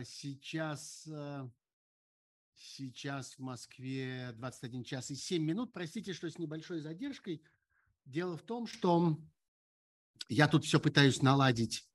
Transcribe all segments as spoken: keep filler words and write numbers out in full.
Сейчас, сейчас в Москве двадцать один час и семь минут. Простите, что с небольшой задержкой. Дело в том, что я тут все пытаюсь наладить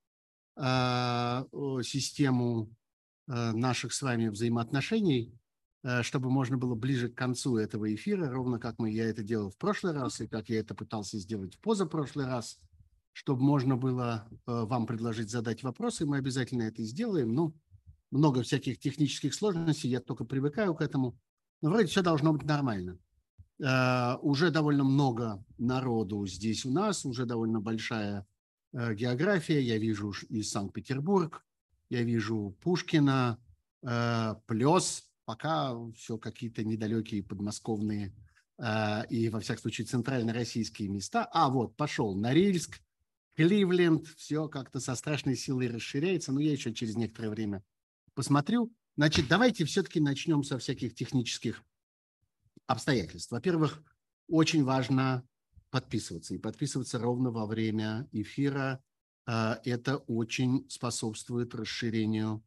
э, систему э, наших с вами взаимоотношений, э, чтобы можно было ближе к концу этого эфира, ровно как мы, я это делал в прошлый раз, и как я это пытался сделать в позапрошлый раз, чтобы можно было э, вам предложить задать вопросы. Мы обязательно это сделаем. Ну, много всяких технических сложностей, я только привыкаю к этому. Но вроде все должно быть нормально. Э, уже довольно много народу здесь у нас, уже довольно большая э, география. Я вижу и Санкт-Петербург, я вижу Пушкина, э, Плёс, пока все какие-то недалекие подмосковные э, и, во всяком случае, центрально-российские места. А вот, пошел Норильск, Кливленд, все как-то со страшной силой расширяется, но я еще через некоторое время посмотрю. Значит, давайте все-таки начнем со всяких технических обстоятельств. Во-первых, очень важно подписываться. И подписываться ровно во время эфира. Это очень способствует расширению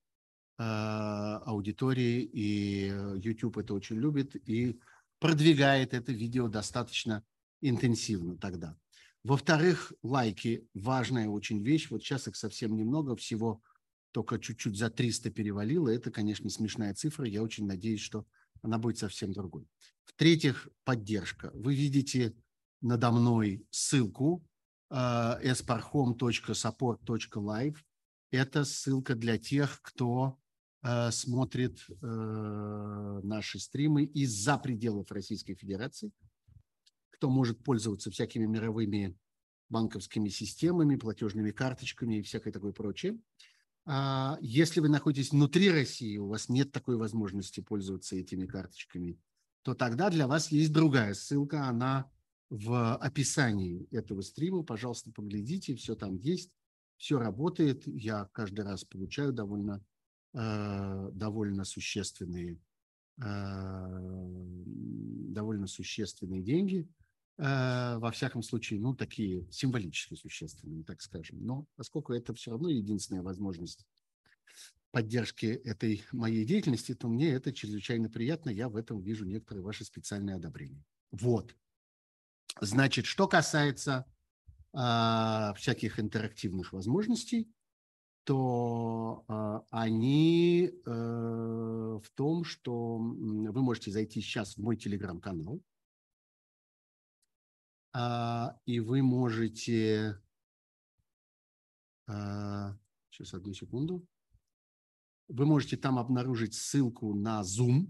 аудитории, и YouTube это очень любит и продвигает это видео достаточно интенсивно тогда. Во-вторых, лайки – важная очень вещь. Вот сейчас их совсем немного, всего только чуть-чуть за триста перевалило. Это, конечно, смешная цифра. Я очень надеюсь, что она будет совсем другой. В-третьих, поддержка. Вы видите надо мной ссылку эс пар хом точка саппорт точка лайв. Это ссылка для тех, кто э, смотрит э, наши стримы из-за пределов Российской Федерации, кто может пользоваться всякими мировыми банковскими системами, платежными карточками и всякое такое прочее. А если вы находитесь внутри России, у вас нет такой возможности пользоваться этими карточками, то тогда для вас есть другая ссылка, она в описании этого стрима. Пожалуйста, поглядите, все там есть, все работает. Я каждый раз получаю довольно, э, довольно существенные, э, довольно существенные деньги. Э, во всяком случае, ну, такие символически существенные, так скажем. Но поскольку это все равно единственная возможность поддержки этой моей деятельности, то мне это чрезвычайно приятно. Я в этом вижу некоторые ваши специальные одобрения. Вот. Значит, что касается э, всяких интерактивных возможностей, то э, они э, в том, что вы можете зайти сейчас в мой телеграм-канал, э, и вы можете... Э, сейчас, одну секунду. Вы можете там обнаружить ссылку на Zoom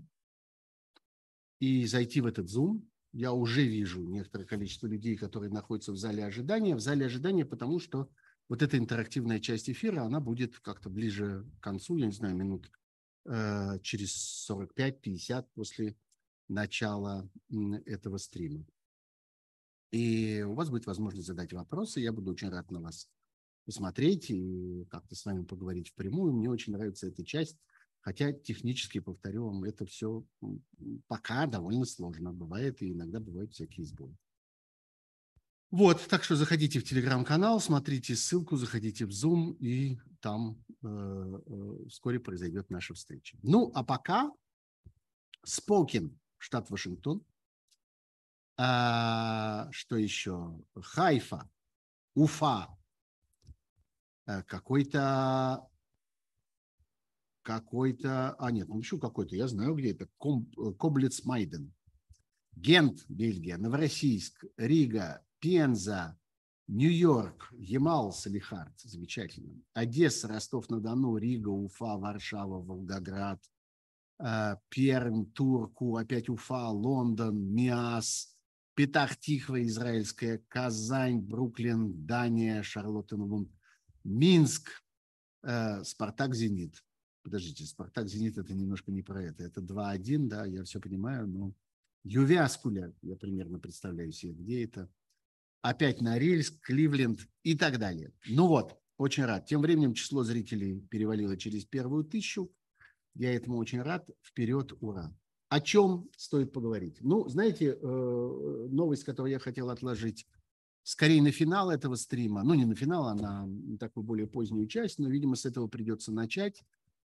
и зайти в этот Zoom. Я уже вижу некоторое количество людей, которые находятся в зале ожидания. В зале ожидания, потому что вот эта интерактивная часть эфира, она будет как-то ближе к концу, я не знаю, минут э, через сорок пять - пятьдесят после начала этого стрима. И у вас будет возможность задать вопросы. Я буду очень рад на вас посмотреть и как-то с вами поговорить впрямую. Мне очень нравится эта часть. Хотя технически, повторю вам, это все пока довольно сложно. Бывает, и иногда бывают всякие сбои. Вот, так что заходите в телеграм-канал, смотрите ссылку, заходите в Zoom, и там э, э, вскоре произойдет наша встреча. Ну, а пока Спокин, штат Вашингтон. А, что еще? Хайфа, Уфа. А, какой-то... какой-то, а нет, ну еще какой-то, я знаю, где это, Коблиц-Майден, Гент, Бельгия, Новороссийск, Рига, Пенза, Нью-Йорк, Ямал-Салихард, замечательно, Одесса, Ростов-на-Дону, Рига, Уфа, Варшава, Волгоград, Пермь, Турку, опять Уфа, Лондон, Миас, Петах-Тиква, израильская, Казань, Бруклин, Дания, Шарлоттенбург, Минск, Спартак, Зенит. Подождите, Спартак, Зенит – это немножко не про это. Это два один, да, я все понимаю, но Ювяскуля, я примерно представляю себе, где это. Опять Норильск, Кливленд и так далее. Ну вот, очень рад. Тем временем число зрителей перевалило через первую тысячу. Я этому очень рад. Вперед, ура. О чем стоит поговорить? Ну, знаете, новость, которую я хотел отложить скорее на финал этого стрима, ну, не на финал, а на такую более позднюю часть, но, видимо, с этого придется начать.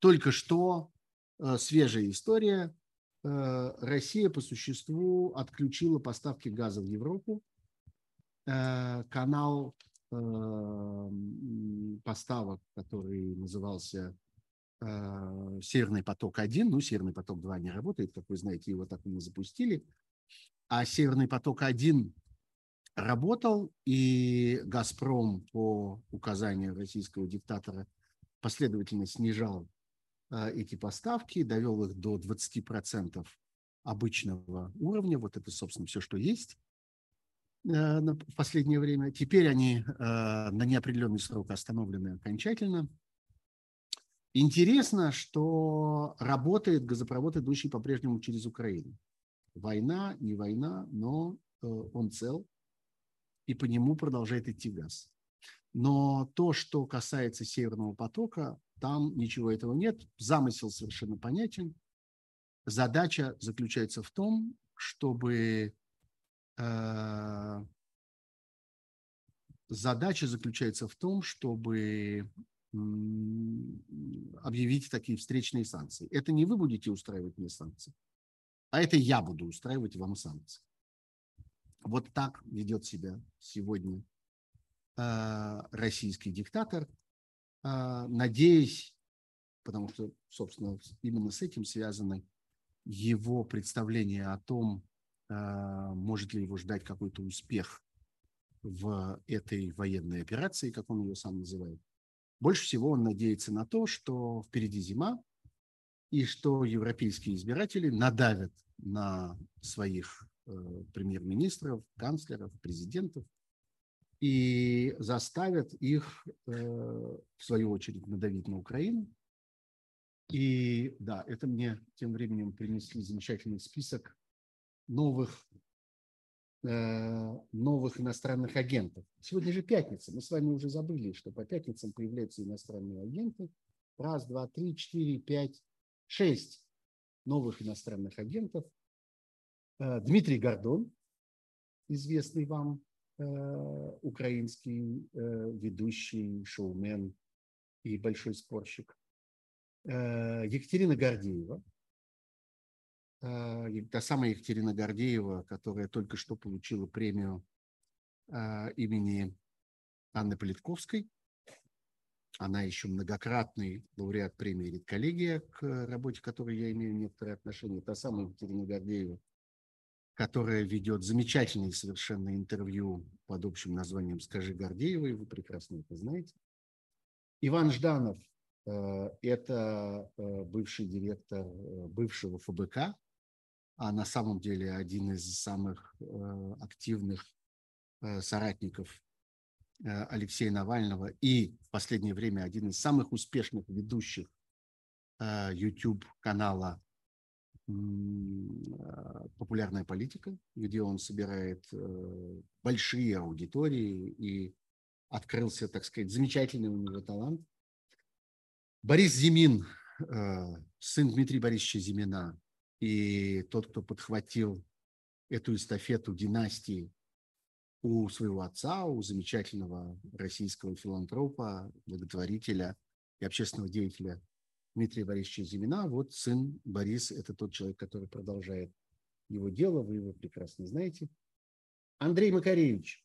только что э, свежая история. Э, Россия по существу отключила поставки газа в Европу. Э, канал э, поставок, который назывался э, Северный поток-один, ну, Северный поток-два не работает, как вы знаете, его так и не запустили. А Северный поток-один работал, и «Газпром» по указанию российского диктатора последовательно снижал э, эти поставки, довел их до двадцати процентов обычного уровня. Вот это, собственно, все, что есть э, на, в последнее время. Теперь они э, на неопределенный срок остановлены окончательно. Интересно, что работает газопровод, идущий по-прежнему через Украину. Война, не война, но э, он цел, и по нему продолжает идти газ. Но то, что касается Северного потока, там ничего этого нет. Замысел совершенно понятен. Задача заключается в том, чтобы э, задача заключается в том, чтобы м, объявить такие встречные санкции. Это не вы будете устраивать мне санкции, а это я буду устраивать вам санкции. Вот так ведет себя сегодня э, российский диктатор, э, надеясь, потому что, собственно, именно с этим связаны его представление о том, э, может ли его ждать какой-то успех в этой военной операции, как он ее сам называет. Больше всего он надеется на то, что впереди зима, и что европейские избиратели надавят на своих э, премьер-министров, канцлеров, президентов и заставят их, э, в свою очередь, надавить на Украину. И да, это мне тем временем принесли замечательный список новых, э, новых иностранных агентов. Сегодня же пятница, мы с вами уже забыли, что по пятницам появляются иностранные агенты. Раз, два, три, четыре, пять, шесть новых иностранных агентов. Э, Дмитрий Гордон, известный вам э, украинский э, ведущий, шоумен и большой спорщик. Э, Екатерина Гордеева, та самая Екатерина Гордеева, которая только что получила премию э, имени Анны Политковской. Она еще многократный лауреат премии «Редколлегия», к работе которой я имею некоторые отношения. Та самая Екатерина Гордеева, которая ведет замечательное совершенно интервью под общим названием «Скажи Гордеевой», вы прекрасно это знаете. Иван Жданов э, – это э, бывший директор э, бывшего эф бэ ка, а на самом деле один из самых э, активных э, соратников э, Алексея Навального и в последнее время один из самых успешных ведущих э, YouTube-канала э, «Популярная политика», где он собирает э, большие аудитории и открылся, так сказать, замечательный у него талант. Борис Зимин, э, сын Дмитрия Борисовича Зимина, и тот, кто подхватил эту эстафету династии у своего отца, у замечательного российского филантропа, благотворителя и общественного деятеля Дмитрия Борисовича Зимина. Вот сын Борис – это тот человек, который продолжает его дело, вы его прекрасно знаете. Андрей Макаревич.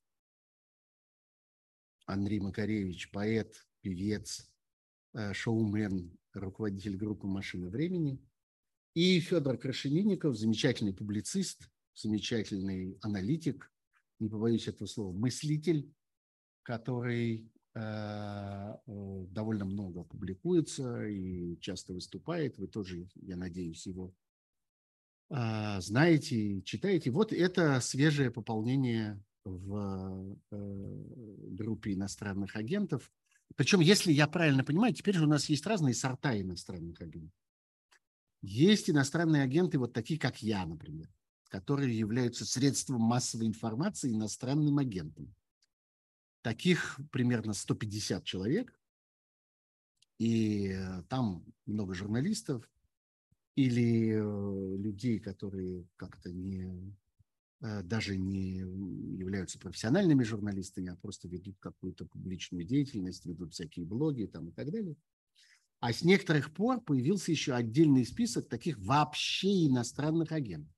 Андрей Макаревич – поэт, певец, шоумен, руководитель группы «Машина времени». И Федор Крашенинников, замечательный публицист, замечательный аналитик, не побоюсь этого слова, мыслитель, который э, довольно много публикуется и часто выступает. Вы тоже, я надеюсь, его э, знаете и читаете. Вот это свежее пополнение в э, группе иностранных агентов. Причем, если я правильно понимаю, теперь же у нас есть разные сорта иностранных агентов. Есть иностранные агенты, вот такие, как я, например, которые являются средством массовой информации иностранным агентом. Таких примерно сто пятьдесят человек, и там много журналистов или людей, которые как-то не, даже не являются профессиональными журналистами, а просто ведут какую-то публичную деятельность, ведут всякие блоги там, и так далее. А с некоторых пор появился еще отдельный список таких вообще иностранных агентов.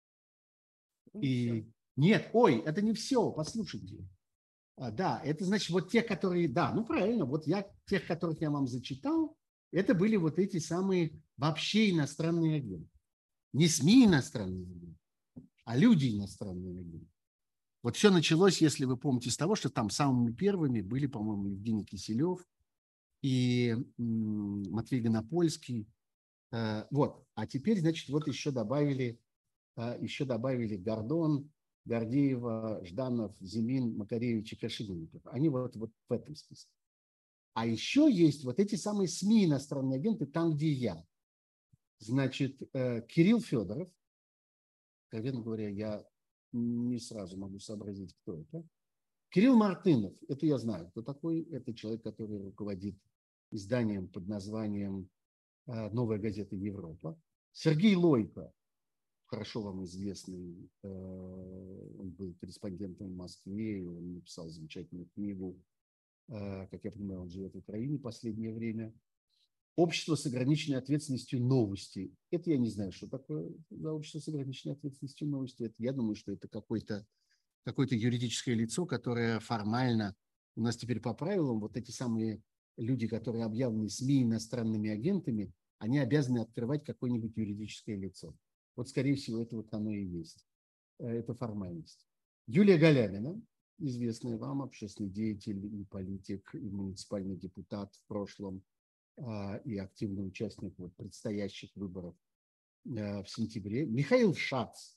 И нет, ой, это не все, послушайте. А, да, это значит вот те, которые, да, ну правильно, вот я тех, которых я вам зачитал, это были вот эти самые вообще иностранные агенты. Не СМИ иностранные агенты, а люди иностранные агенты. Вот все началось, если вы помните, с того, что там самыми первыми были, по-моему, Евгений Киселев и Матвей Гонопольский. Вот. А теперь, значит, вот еще добавили, еще добавили Гордон, Гордеева, Жданов, Зимин, Макаревич и Кашинников. Они вот, вот в этом списке. А еще есть вот эти самые СМИ иностранные агенты, там, где я. Значит, Кирилл Федоров, откровенно говоря, я не сразу могу сообразить, кто это. Кирилл Мартынов, это я знаю, кто такой. Это человек, который руководит изданием под названием «Новая газета Европа». Сергей Лойко, хорошо вам известный, он был корреспондентом в Москве, он написал замечательную книгу, как я понимаю, он живет в Украине в последнее время. Общество с ограниченной ответственностью новости. Это я не знаю, что такое за общество с ограниченной ответственностью новости. Это, я думаю, что это какое-то какое-то юридическое лицо, которое формально у нас теперь по правилам, вот эти самые люди, которые объявлены СМИ иностранными агентами, они обязаны открывать какое-нибудь юридическое лицо. Вот, скорее всего, это вот оно и есть. Это формальность. Юлия Галямина, известная вам, общественный деятель и политик, и муниципальный депутат в прошлом, и активный участник вот предстоящих выборов в сентябре. Михаил Шац,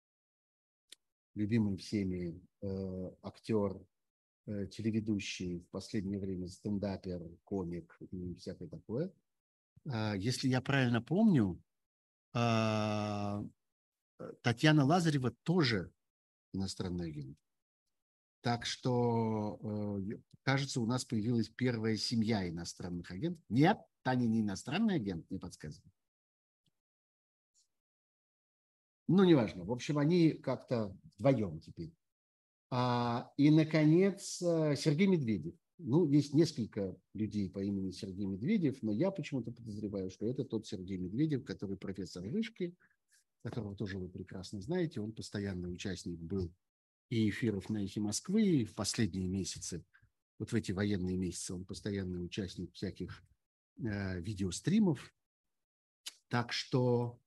любимый всеми э, актер, э, телеведущий, в последнее время стендапер, комик и всякое такое. Э, если я правильно помню, э, Татьяна Лазарева тоже иностранный агент. Так что, э, кажется, у нас появилась первая семья иностранных агентов. Нет, Таня не иностранный агент, мне подсказывают. Ну, неважно. В общем, они как-то вдвоем теперь. А, и, наконец, Сергей Медведев. Ну, есть несколько людей по имени Сергей Медведев, но я почему-то подозреваю, что это тот Сергей Медведев, который профессор вышки, которого тоже вы прекрасно знаете. Он постоянный участник был и эфиров на «Эхе Москвы», и в последние месяцы, вот в эти военные месяцы, он постоянный участник всяких э, видеостримов. Так что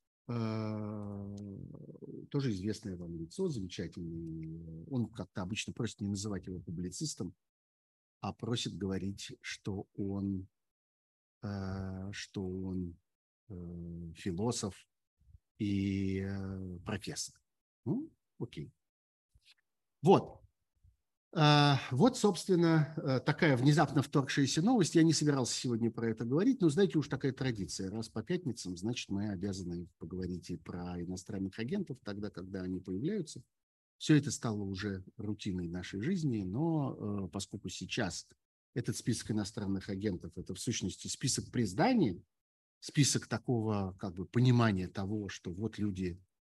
э, тоже известное вам лицо, замечательный. Он как-то обычно просит не называть его публицистом, а просит говорить, что он, э, что он э, философ и э, профессор. Ну, окей. Вот. Вот, собственно, такая внезапно вторгшаяся новость. Я не собирался сегодня про это говорить, но, знаете, уж такая традиция. Раз по пятницам, значит, мы обязаны поговорить и про иностранных агентов тогда, когда они появляются. Все это стало уже рутиной нашей жизни, но поскольку сейчас этот список иностранных агентов – это в сущности список признания, список такого как бы понимания того, что вот люди,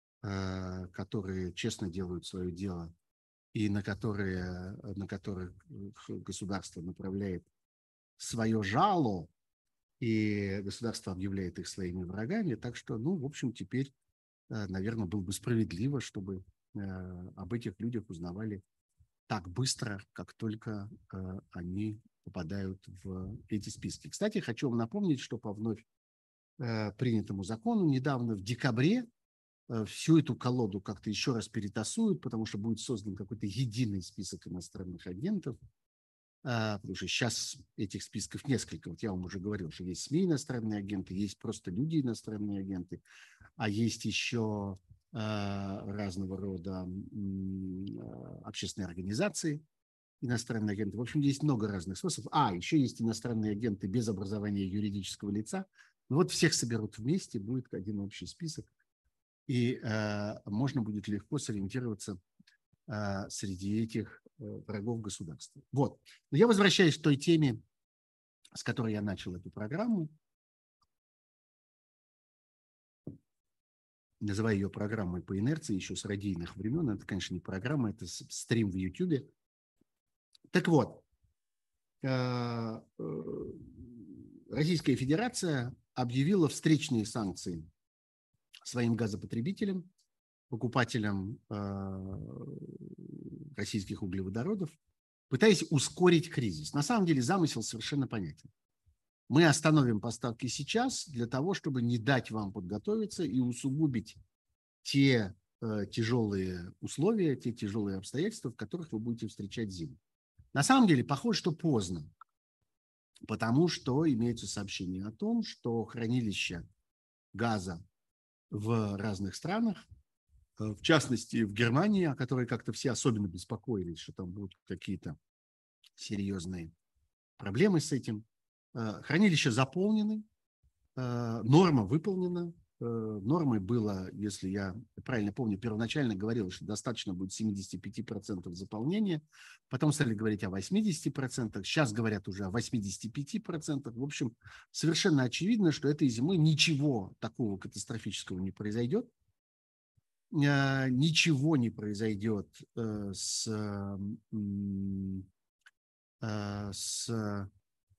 которые честно делают свое дело, и на которые, на которых государство направляет свое жало, и государство объявляет их своими врагами. Так что, ну, в общем, теперь, наверное, было бы справедливо, чтобы об этих людях узнавали так быстро, как только они попадают в эти списки. Кстати, хочу вам напомнить, что по вновь принятому закону недавно, в декабре, всю эту колоду как-то еще раз перетасуют, потому что будет создан какой-то единый список иностранных агентов, потому что сейчас этих списков несколько. Вот я вам уже говорил, что есть СМИ иностранные агенты, есть просто люди иностранные агенты, а есть еще разного рода общественные организации иностранные агенты. В общем, есть много разных способов. А, еще есть иностранные агенты без образования юридического лица. Ну вот всех соберут вместе, будет один общий список. И э, можно будет легко сориентироваться э, среди этих э, врагов государства. Вот. Но я возвращаюсь к той теме, с которой я начал эту программу. Называю ее программой по инерции еще с радийных времен. Это, конечно, не программа, это стрим в Ютубе. Так вот, э, э, Российская Федерация объявила встречные санкции своим газопотребителям, покупателям э, российских углеводородов, пытаясь ускорить кризис. На самом деле замысел совершенно понятен. Мы остановим поставки сейчас для того, чтобы не дать вам подготовиться и усугубить те э, тяжелые условия, те тяжелые обстоятельства, в которых вы будете встречать зиму. На самом деле, похоже, что поздно, потому что имеются сообщения о том, что хранилища газа в разных странах, в частности, в Германии, о которой как-то все особенно беспокоились, что там будут какие-то серьезные проблемы с этим. Хранилища заполнены, норма выполнена. Нормой было, если я правильно помню, первоначально говорилось, что достаточно будет семьдесят пять процентов заполнения, потом стали говорить о восьмидесяти процентах, сейчас говорят уже о восьмидесяти пяти процентах. В общем, совершенно очевидно, что этой зимой ничего такого катастрофического не произойдет. Ничего не произойдет с, с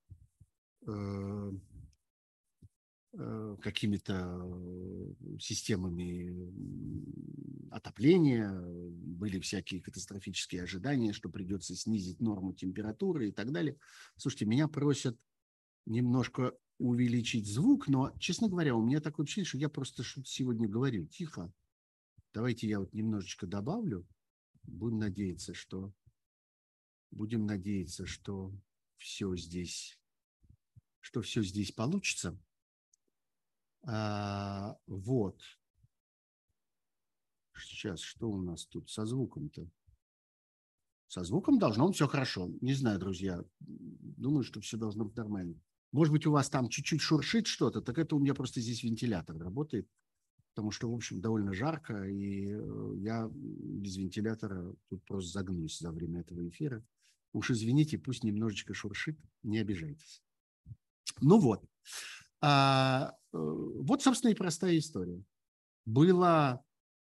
какими-то системами отопления, были всякие катастрофические ожидания, что придется снизить норму температуры и так далее. Слушайте, меня просят немножко увеличить звук, но, честно говоря, у меня такое ощущение, что я просто сегодня говорю тихо. Давайте я вот немножечко добавлю. Будем надеяться, что будем надеяться, что все здесь, что все здесь получится. А, вот. Сейчас, что у нас тут со звуком-то? Со звуком должно быть все хорошо. Не знаю, друзья. Думаю, что все должно быть нормально. Может быть, у вас там чуть-чуть шуршит что-то, так это у меня просто здесь вентилятор работает, потому что, в общем, довольно жарко, и я без вентилятора тут просто загнусь за время этого эфира. Уж извините, пусть немножечко шуршит, не обижайтесь. Ну вот. А, вот, собственно, и простая история. Было,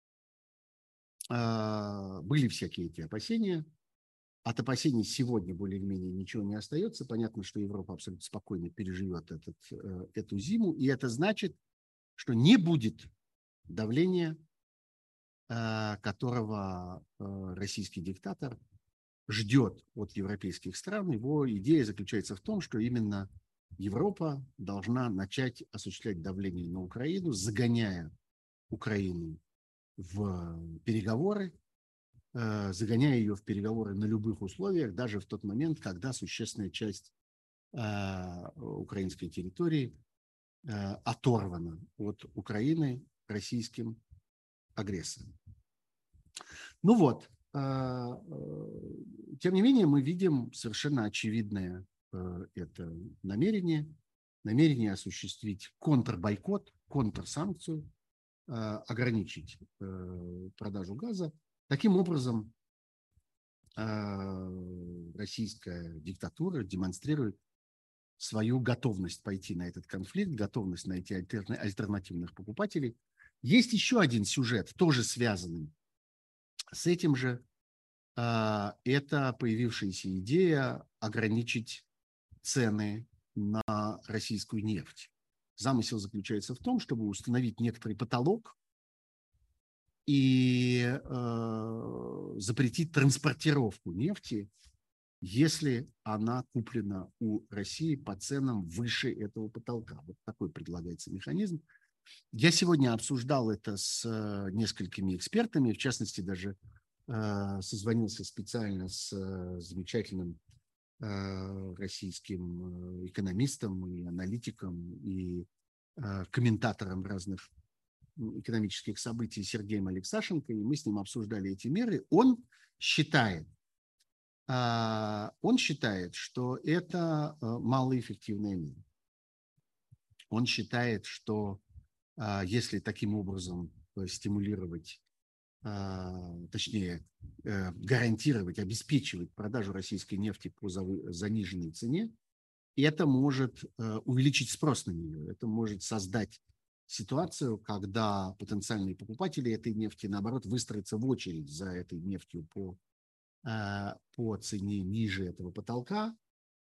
а, были всякие эти опасения. От опасений сегодня более-менее ничего не остается. Понятно, что Европа абсолютно спокойно переживет этот, эту зиму, и это значит, что не будет давления, которого российский диктатор ждет от европейских стран. Его идея заключается в том, что именно Европа должна начать осуществлять давление на Украину, загоняя Украину в переговоры, загоняя ее в переговоры на любых условиях, даже в тот момент, когда существенная часть украинской территории оторвана от Украины российским агрессором. Ну вот, тем не менее, мы видим совершенно очевидное это намерение, намерение осуществить контрбойкот, контрсанкцию, ограничить продажу газа. Таким образом, российская диктатура демонстрирует свою готовность пойти на этот конфликт, готовность найти альтернативных покупателей. Есть еще один сюжет, тоже связанный с этим же. Это появившаяся идея ограничить цены на российскую нефть. Замысел заключается в том, чтобы установить некоторый потолок и э, запретить транспортировку нефти, если она куплена у России по ценам выше этого потолка. Вот такой предлагается механизм. Я сегодня обсуждал это с э, несколькими экспертами, в частности, даже э, созвонился специально с э, замечательным э, российским экономистом и аналитиком и э, комментатором разных экономических событий Сергеем Алексашенко, и мы с ним обсуждали эти меры. Он считает, э, он считает, что это э, малоэффективная мера. Он считает, что э, если таким образом э, стимулировать, э, точнее, э, гарантировать, обеспечивать продажу российской нефти по заниженной цене, это может э, увеличить спрос на нее, это может создать ситуацию, когда потенциальные покупатели этой нефти, наоборот, выстроятся в очередь за этой нефтью по, э, по цене ниже этого потолка,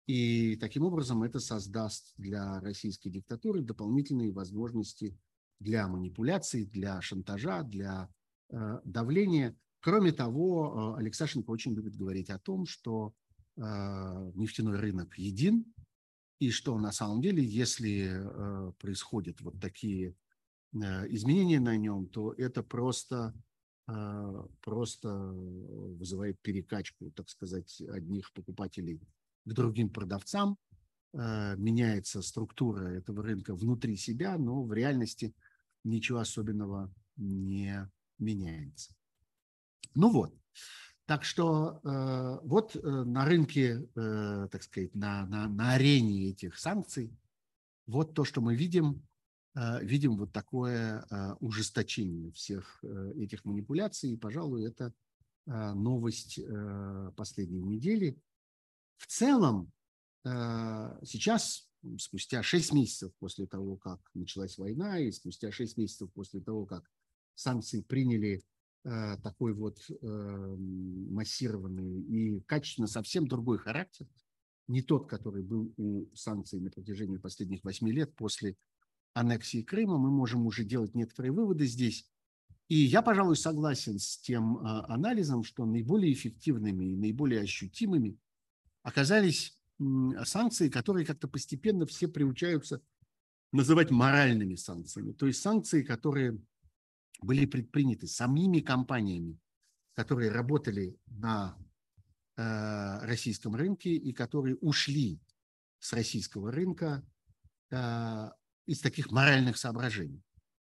И таким образом это создаст для российской диктатуры дополнительные возможности для манипуляций, для шантажа, для э, давления. Кроме того, э, Алексашенко очень любит говорить о том, что э, нефтяной рынок един, и что на самом деле, если э, происходят вот такие э, изменения на нем, то это просто, э, просто вызывает перекачку, так сказать, одних покупателей к другим продавцам, э, меняется структура этого рынка внутри себя, но в реальности ничего особенного не меняется. Ну вот, так что э, вот э, на рынке, э, так сказать, на, на, на арене этих санкций, вот то, что мы видим, э, видим вот такое э, ужесточение всех э, этих манипуляций, и, пожалуй, это э, новость э, последней недели. В целом, э, сейчас, спустя шесть месяцев после того, как началась война, и спустя шесть месяцев после того, как санкции приняли э, такой вот э, массированный и качественно совсем другой характер, не тот, который был у санкций на протяжении последних восьми лет после аннексии Крыма, мы можем уже делать некоторые выводы здесь. И я, пожалуй, согласен с тем э, анализом, что наиболее эффективными и наиболее ощутимыми оказались санкции, которые как-то постепенно все приучаются называть моральными санкциями. То есть санкции, которые были предприняты самими компаниями, которые работали на э, российском рынке и которые ушли с российского рынка э, из таких моральных соображений.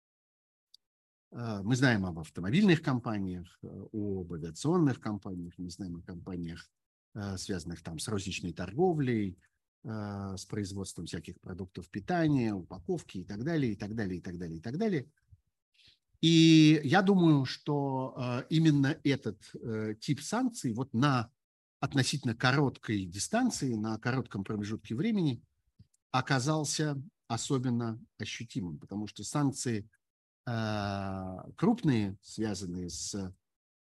Э, мы знаем об автомобильных компаниях, об авиационных компаниях, мы знаем о компаниях, связанных там с розничной торговлей, с производством всяких продуктов питания, упаковки и так далее, и так далее, и так далее, и так далее. И я думаю, что именно этот тип санкций вот на относительно короткой дистанции, на коротком промежутке времени оказался особенно ощутимым, потому что санкции крупные, связанные с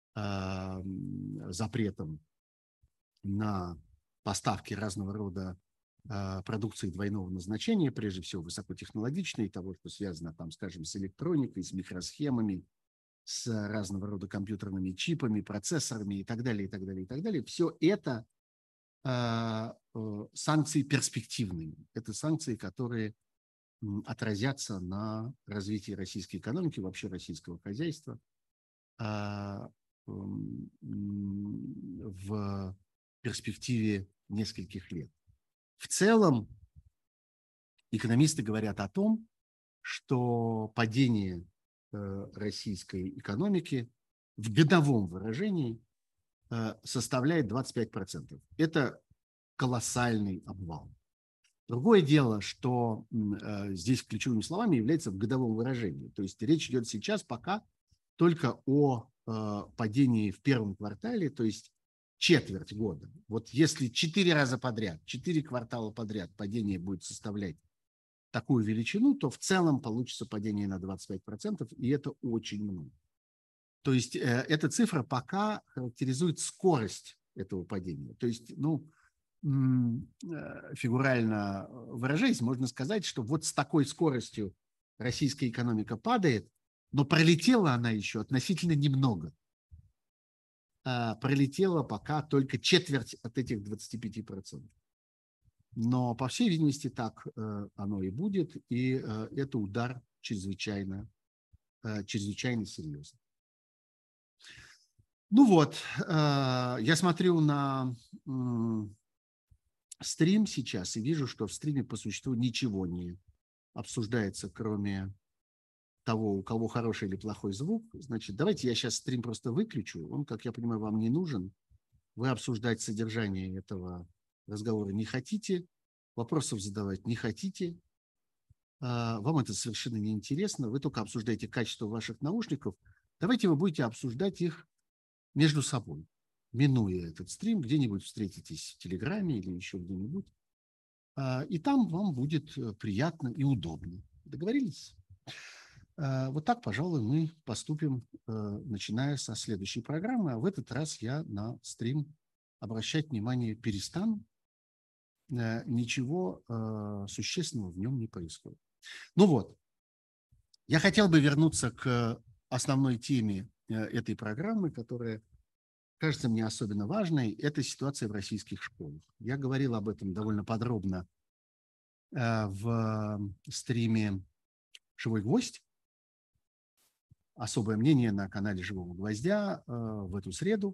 запретом на поставки разного рода э, продукции двойного назначения, прежде всего высокотехнологичной, того, что связано, там, скажем, с электроникой, с микросхемами, с разного рода компьютерными чипами, процессорами и так далее, и так далее, и так далее. Все это э, э, санкции перспективные. Это санкции, которые э, отразятся на развитии российской экономики, вообще российского хозяйства э, э, в перспективе нескольких лет. В целом, экономисты говорят о том, что падение э, российской экономики в годовом выражении э, составляет двадцать пять процентов. Это колоссальный обвал. Другое дело, что э, здесь ключевыми словами является в годовом выражении. То есть речь идет сейчас пока только о э, падении в первом квартале, то есть четверть года. Вот если четыре раза подряд, четыре квартала подряд падение будет составлять такую величину, то в целом получится падение на двадцать пять процентов, и это очень много. То есть э, эта цифра пока характеризует скорость этого падения. То есть, ну, э, фигурально выражаясь, можно сказать, что вот с такой скоростью российская экономика падает, но пролетела она еще относительно немного. Пролетела пока только четверть от этих двадцати пяти процентов. Но, по всей видимости, так э, оно и будет, и э, это удар чрезвычайно, э, чрезвычайно серьезный. Ну вот, э, я смотрю на э, стрим сейчас и вижу, что в стриме по существу ничего не обсуждается, кроме того, у кого хороший или плохой звук. Значит, давайте я сейчас стрим просто выключу. Он, как я понимаю, вам не нужен. Вы обсуждать содержание этого разговора не хотите, вопросов задавать не хотите. Вам это совершенно не интересно. Вы только обсуждаете качество ваших наушников. Давайте вы будете обсуждать их между собой, минуя этот стрим. Где-нибудь встретитесь в Телеграме или еще где-нибудь. И там вам будет приятно и удобно. Договорились? Вот так, пожалуй, мы поступим, начиная со следующей программы. А в этот раз я на стрим обращать внимание перестану. ничего существенного в нем не происходит. Ну вот, я хотел бы вернуться к основной теме этой программы, которая кажется мне особенно важной. Это ситуация в российских школах. Я говорил об этом довольно подробно в стриме «Живой гвоздь». Особое мнение на канале «Живого гвоздя» в эту среду.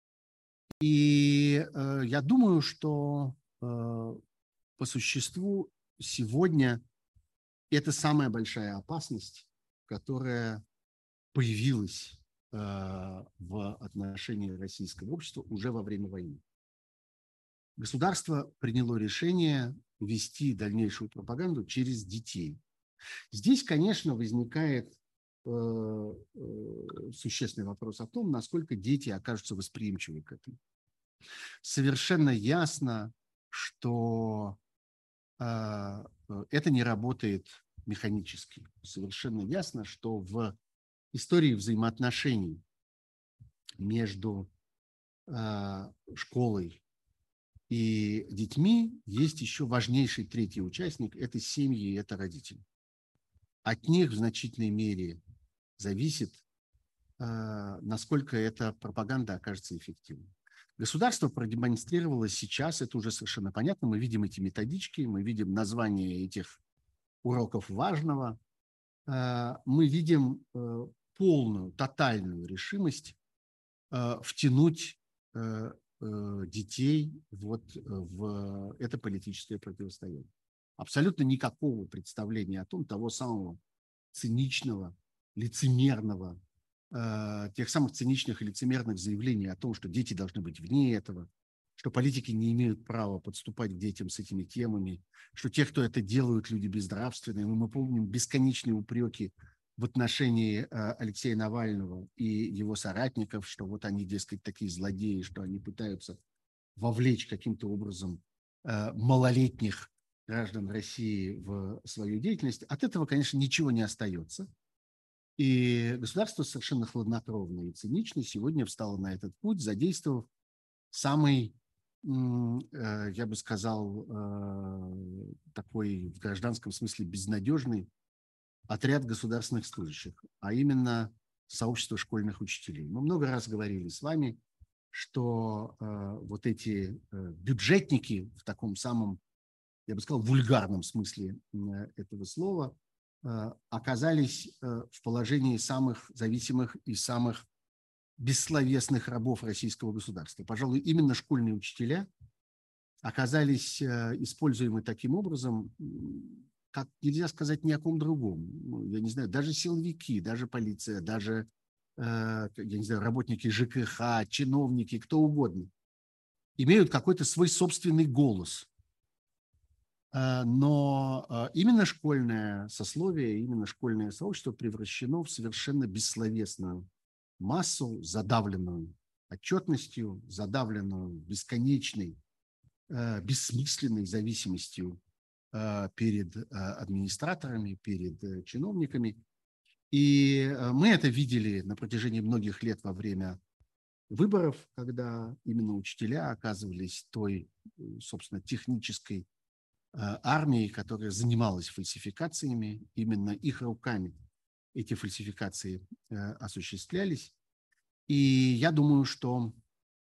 И я думаю, что по существу сегодня это самая большая опасность, которая появилась в отношении российского общества уже во время войны. Государство приняло решение вести дальнейшую пропаганду через детей. Здесь, конечно, возникает э, э, существенный вопрос о том, насколько дети окажутся восприимчивы к этому. Совершенно ясно, что э, это не работает механически. Совершенно ясно, что в истории взаимоотношений между э, школой и детьми есть еще важнейший третий участник – это семьи, это родители. От них в значительной мере зависит, э, насколько эта пропаганда окажется эффективной. Государство продемонстрировало сейчас, это уже совершенно понятно, мы видим эти методички, мы видим название этих уроков важного, э, мы видим э, полную, тотальную решимость э, втянуть э, детей вот в это политическое противостояние. Абсолютно никакого представления о том, того самого циничного, лицемерного, э, тех самых циничных и лицемерных заявлений о том, что дети должны быть вне этого, что политики не имеют права подступать к детям с этими темами, что те, кто это делают, люди безнравственные. Мы помним бесконечные упреки в отношении э, Алексея Навального и его соратников, что вот они, дескать, такие злодеи, что они пытаются вовлечь каким-то образом э, малолетних граждан России в свою деятельность. От этого, конечно, ничего не остается. И государство совершенно хладнокровно и цинично сегодня встало на этот путь, задействовав самый, э, я бы сказал, э, такой в гражданском смысле безнадежный отряд государственных служащих, а именно сообщество школьных учителей. Мы много раз говорили с вами, что э, вот эти э, бюджетники в таком самом, я бы сказал, вульгарном смысле э, этого слова э, оказались э, в положении самых зависимых и самых бессловесных рабов российского государства. Пожалуй, именно школьные учителя оказались э, используемы таким образом, как нельзя сказать ни о ком другом. Ну, я не знаю, даже силовики, даже полиция, даже, э, я не знаю, работники ЖКХ, чиновники, кто угодно, имеют какой-то свой собственный голос. Э, но э, именно школьное сословие, именно школьное сообщество превращено в совершенно бессловесную массу, задавленную отчетностью, задавленную бесконечной, э, бессмысленной зависимостью перед администраторами, перед чиновниками. И мы это видели на протяжении многих лет во время выборов, когда именно учителя оказывались той, собственно, технической армией, которая занималась фальсификациями. Именно их руками эти фальсификации осуществлялись. И я думаю, что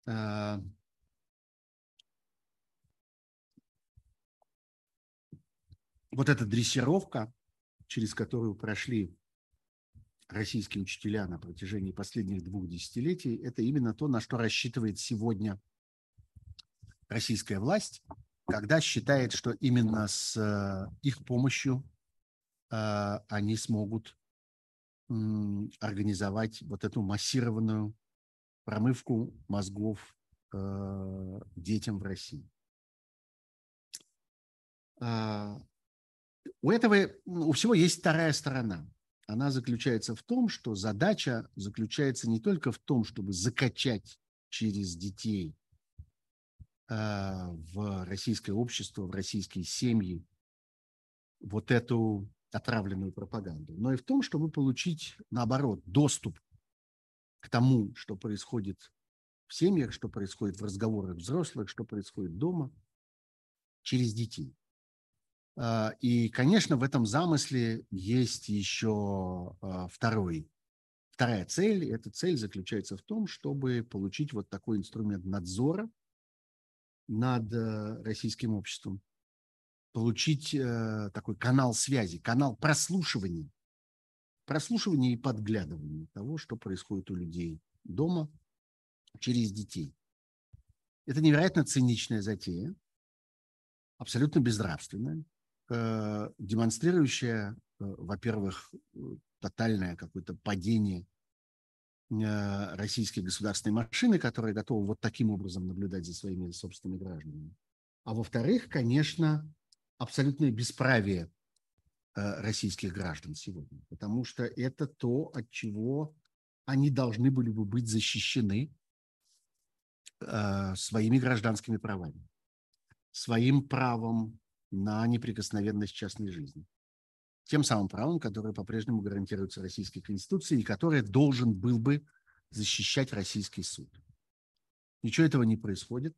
вот эта дрессировка, через которую прошли российские учителя на протяжении последних двух десятилетий, это именно то, на что рассчитывает сегодня российская власть, когда считает, что именно с их помощью э, они смогут э, организовать вот эту массированную промывку мозгов э, детям в России. Э, у этого, у всего есть вторая сторона. Она заключается в том, что задача заключается не только в том, чтобы закачать через детей э, в российское общество, в российские семьи вот эту отравленную пропаганду, но и в том, чтобы получить, наоборот, доступ к тому, что происходит в семьях, что происходит в разговорах взрослых, что происходит дома, через детей. И, конечно, в этом замысле есть еще второй, вторая цель. Эта цель заключается в том, чтобы получить вот такой инструмент надзора над российским обществом, получить такой канал связи, канал прослушивания, прослушивания и подглядывания того, что происходит у людей дома через детей. Это невероятно циничная затея, абсолютно безнравственная, демонстрирующая, во-первых, тотальное какое-то падение российской государственной машины, которая готова вот таким образом наблюдать за своими собственными гражданами. А во-вторых, конечно, абсолютное бесправие российских граждан сегодня, потому что это то, от чего они должны были бы быть защищены своими гражданскими правами, своим правом на неприкосновенность частной жизни. Тем самым правом, которое по-прежнему гарантируется Российской Конституцией и которое должен был бы защищать российский суд. Ничего этого не происходит.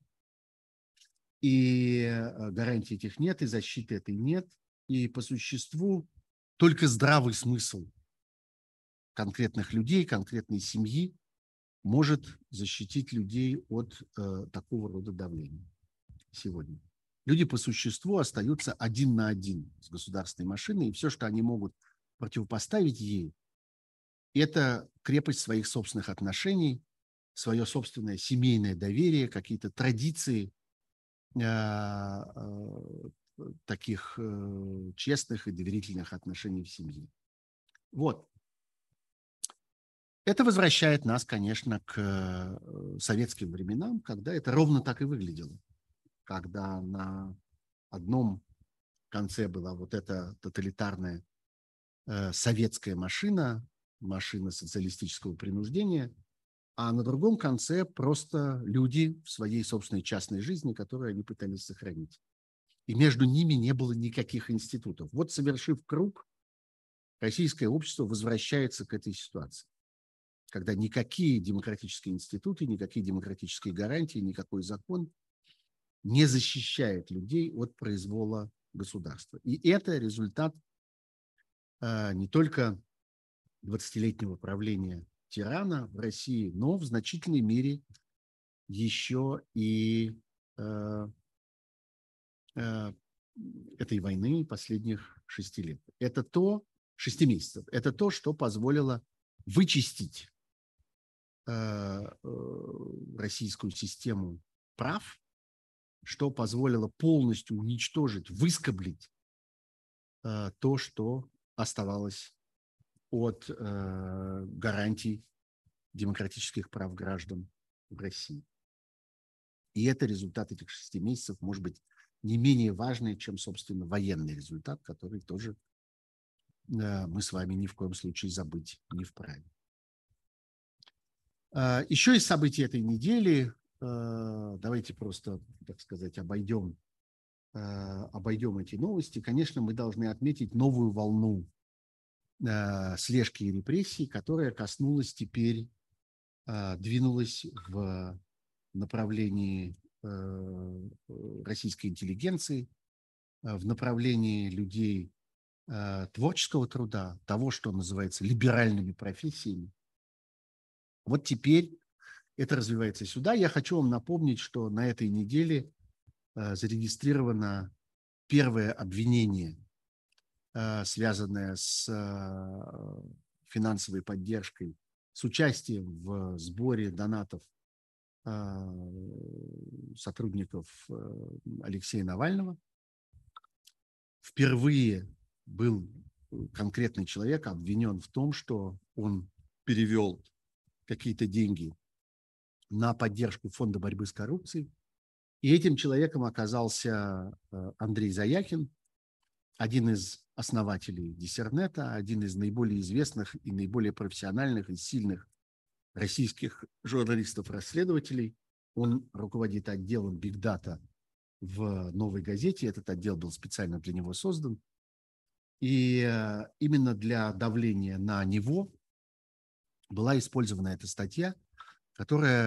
И гарантий этих нет, и защиты этой нет. И по существу только здравый смысл конкретных людей, конкретной семьи может защитить людей от э, такого рода давления сегодня. Люди по существу остаются один на один с государственной машиной, и все, что они могут противопоставить ей, это крепость своих собственных отношений, свое собственное семейное доверие, какие-то традиции э, э, таких э, честных и доверительных отношений в семье. Вот. Это возвращает нас, конечно, к советским временам, когда это ровно так и выглядело. Когда на одном конце была вот эта тоталитарная э, советская машина, машина социалистического принуждения, а на другом конце просто люди в своей собственной частной жизни, которые они пытались сохранить. И между ними не было никаких институтов. Вот, совершив круг, российское общество возвращается к этой ситуации, когда никакие демократические институты, никакие демократические гарантии, никакой закон не защищает людей от произвола государства. И это результат э, не только двадцатилетнего правления тирана в России, но в значительной мере еще и э, э, этой войны последних шести лет. Это то, шести месяцев, это то, что позволило вычистить э, э, российскую систему прав, что позволило полностью уничтожить, выскоблить э, то, что оставалось от э, гарантий демократических прав граждан в России. И это результат этих шести месяцев, может быть, не менее важный, чем, собственно, военный результат, который тоже э, мы с вами ни в коем случае забыть не вправе. Э, еще из событий этой недели, э, давайте просто, так сказать, обойдем обойдем эти новости. Конечно, мы должны отметить новую волну э, слежки и репрессий, которая коснулась теперь, э, двинулась в направлении э, российской интеллигенции, э, в направлении людей э, творческого труда, того, что называется либеральными профессиями. Вот теперь это развивается сюда. Я хочу вам напомнить, что на этой неделе зарегистрировано первое обвинение, связанное с финансовой поддержкой, с участием в сборе донатов сотрудников Алексея Навального. Впервые был конкретный человек обвинен в том, что он перевел какие-то деньги на поддержку фонда борьбы с коррупцией. И этим человеком оказался Андрей Заякин, один из основателей Диссернета, один из наиболее известных и наиболее профессиональных и сильных российских журналистов-расследователей. Он руководит отделом Big Data в «Новой газете». Этот отдел был специально для него создан. И именно для давления на него была использована эта статья, которая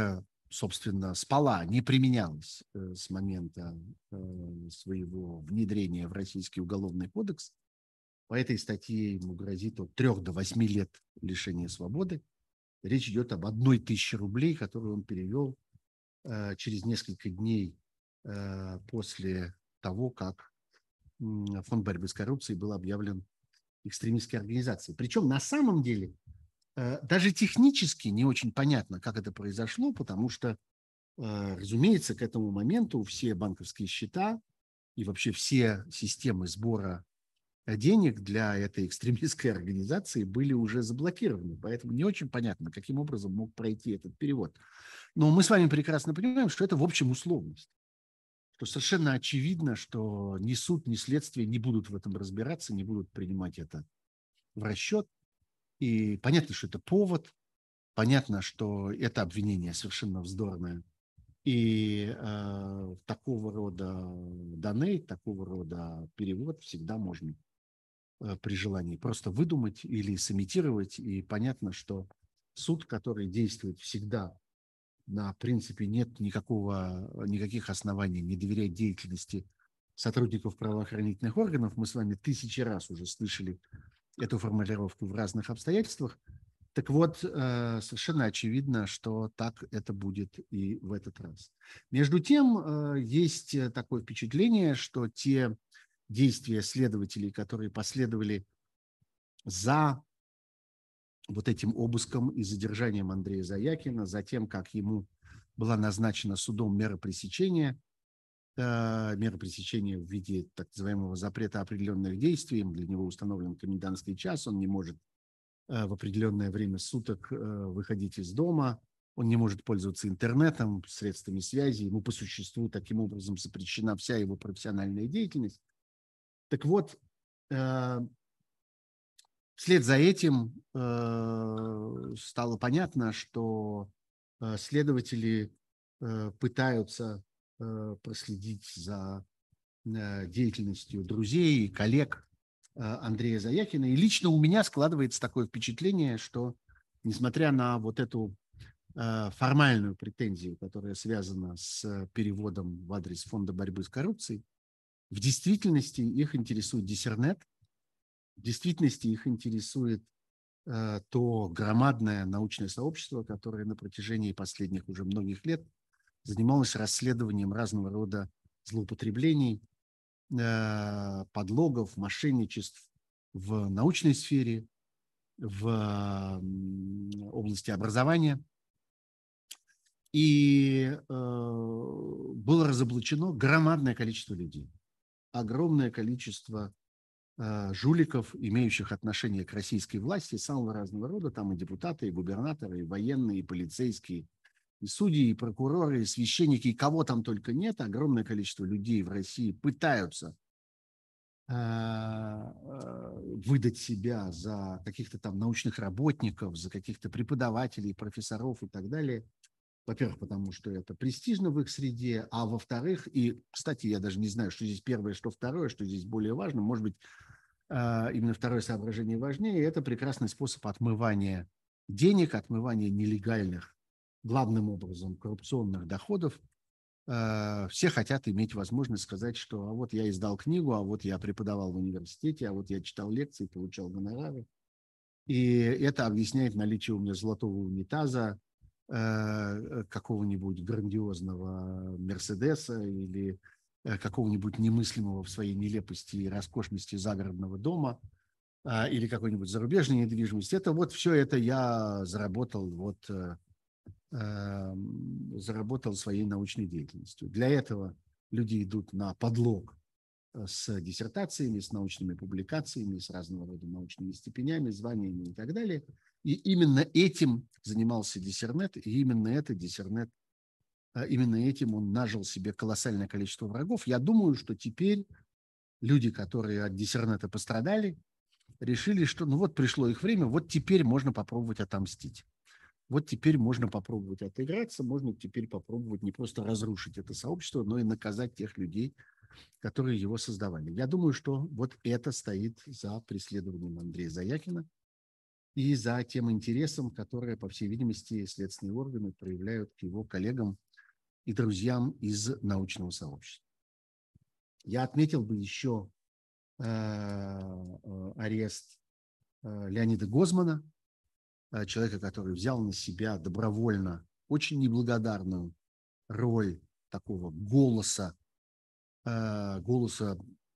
собственно, спала, не применялась э, с момента э, своего внедрения в Российский уголовный кодекс. По этой статье ему грозит от трёх до восьми лет лишения свободы. Речь идет об одной тысяче рублей, которую он перевел э, через несколько дней э, после того, как м, Фонд борьбы с коррупцией был объявлен экстремистской организацией. Причем на самом деле э, даже технически не очень понятно, как это произошло, потому что, э, разумеется, к этому моменту все банковские счета и вообще все системы сбора денег для этой экстремистской организации были уже заблокированы. Поэтому не очень понятно, каким образом мог пройти этот перевод. Но мы с вами прекрасно понимаем, что это в общем условность. Что совершенно очевидно, что ни суд, ни следствие не будут в этом разбираться, не будут принимать это в расчет. И понятно, что это повод, понятно, что это обвинение совершенно вздорное. И э, такого рода донейт, такого рода перевод всегда можно при желании просто выдумать или сымитировать. И понятно, что суд, который действует всегда на принципе нет никакого, никаких оснований не доверять деятельности сотрудников правоохранительных органов. Мы с вами тысячи раз уже слышали эту формулировку в разных обстоятельствах. Так вот, совершенно очевидно, что так это будет и в этот раз. Между тем, есть такое впечатление, что те действия следователей, которые последовали за вот этим обыском и задержанием Андрея Заякина, за тем, как ему была назначена судом мера пресечения, э, мера пресечения в виде так называемого запрета определенных действий, для него установлен комендантский час, он не может э, в определенное время суток э, выходить из дома, он не может пользоваться интернетом, средствами связи, ему по существу таким образом запрещена вся его профессиональная деятельность. Так вот, э, вслед за этим э, стало понятно, что э, следователи э, пытаются э, проследить за э, деятельностью друзей и коллег э, Андрея Заякина. И лично у меня складывается такое впечатление, что несмотря на вот эту э, формальную претензию, которая связана с переводом в адрес Фонда борьбы с коррупцией, в действительности их интересует диссернет, в действительности их интересует э, то громадное научное сообщество, которое на протяжении последних уже многих лет занималось расследованием разного рода злоупотреблений, э, подлогов, мошенничеств в научной сфере, в э, области образования. И э, было разоблачено громадное количество людей, огромное количество жуликов, имеющих отношение к российской власти самого разного рода, там и депутаты, и губернаторы, и военные, и полицейские, и судьи, и прокуроры, и священники, и кого там только нет. Огромное количество людей в России пытаются выдать себя за каких-то там научных работников, за каких-то преподавателей, профессоров и так далее. Во-первых, потому что это престижно в их среде, а во-вторых, и, кстати, я даже не знаю, что здесь первое, что второе, что здесь более важно, может быть, именно второе соображение важнее, это прекрасный способ отмывания денег, отмывания нелегальных, главным образом, коррупционных доходов. Все хотят иметь возможность сказать, что а вот я издал книгу, а вот я преподавал в университете, а вот я читал лекции, получал гонорары. И это объясняет наличие у меня золотого унитаза, какого-нибудь грандиозного Мерседеса или какого-нибудь немыслимого в своей нелепости и роскошности загородного дома или какой-нибудь зарубежной недвижимости. Это вот все это я заработал, вот, заработал своей научной деятельностью. Для этого люди идут на подлог с диссертациями, с научными публикациями, с разного рода научными степенями, званиями и так далее. И именно этим занимался диссернет, и именно это диссернет, именно этим он нажил себе колоссальное количество врагов. Я думаю, что теперь люди, которые от диссернета пострадали, решили, что ну вот пришло их время, вот теперь можно попробовать отомстить. Вот теперь можно попробовать отыграться, можно теперь попробовать не просто разрушить это сообщество, но и наказать тех людей, которые его создавали. Я думаю, что вот это стоит за преследованием Андрея Заякина. и за тем интересом, который, по всей видимости, следственные органы проявляют к его коллегам и друзьям из научного сообщества. Я отметил бы еще э, э, арест э, Леонида Гозмана, э, человека, который взял на себя добровольно очень неблагодарную роль такого голоса, э, голоса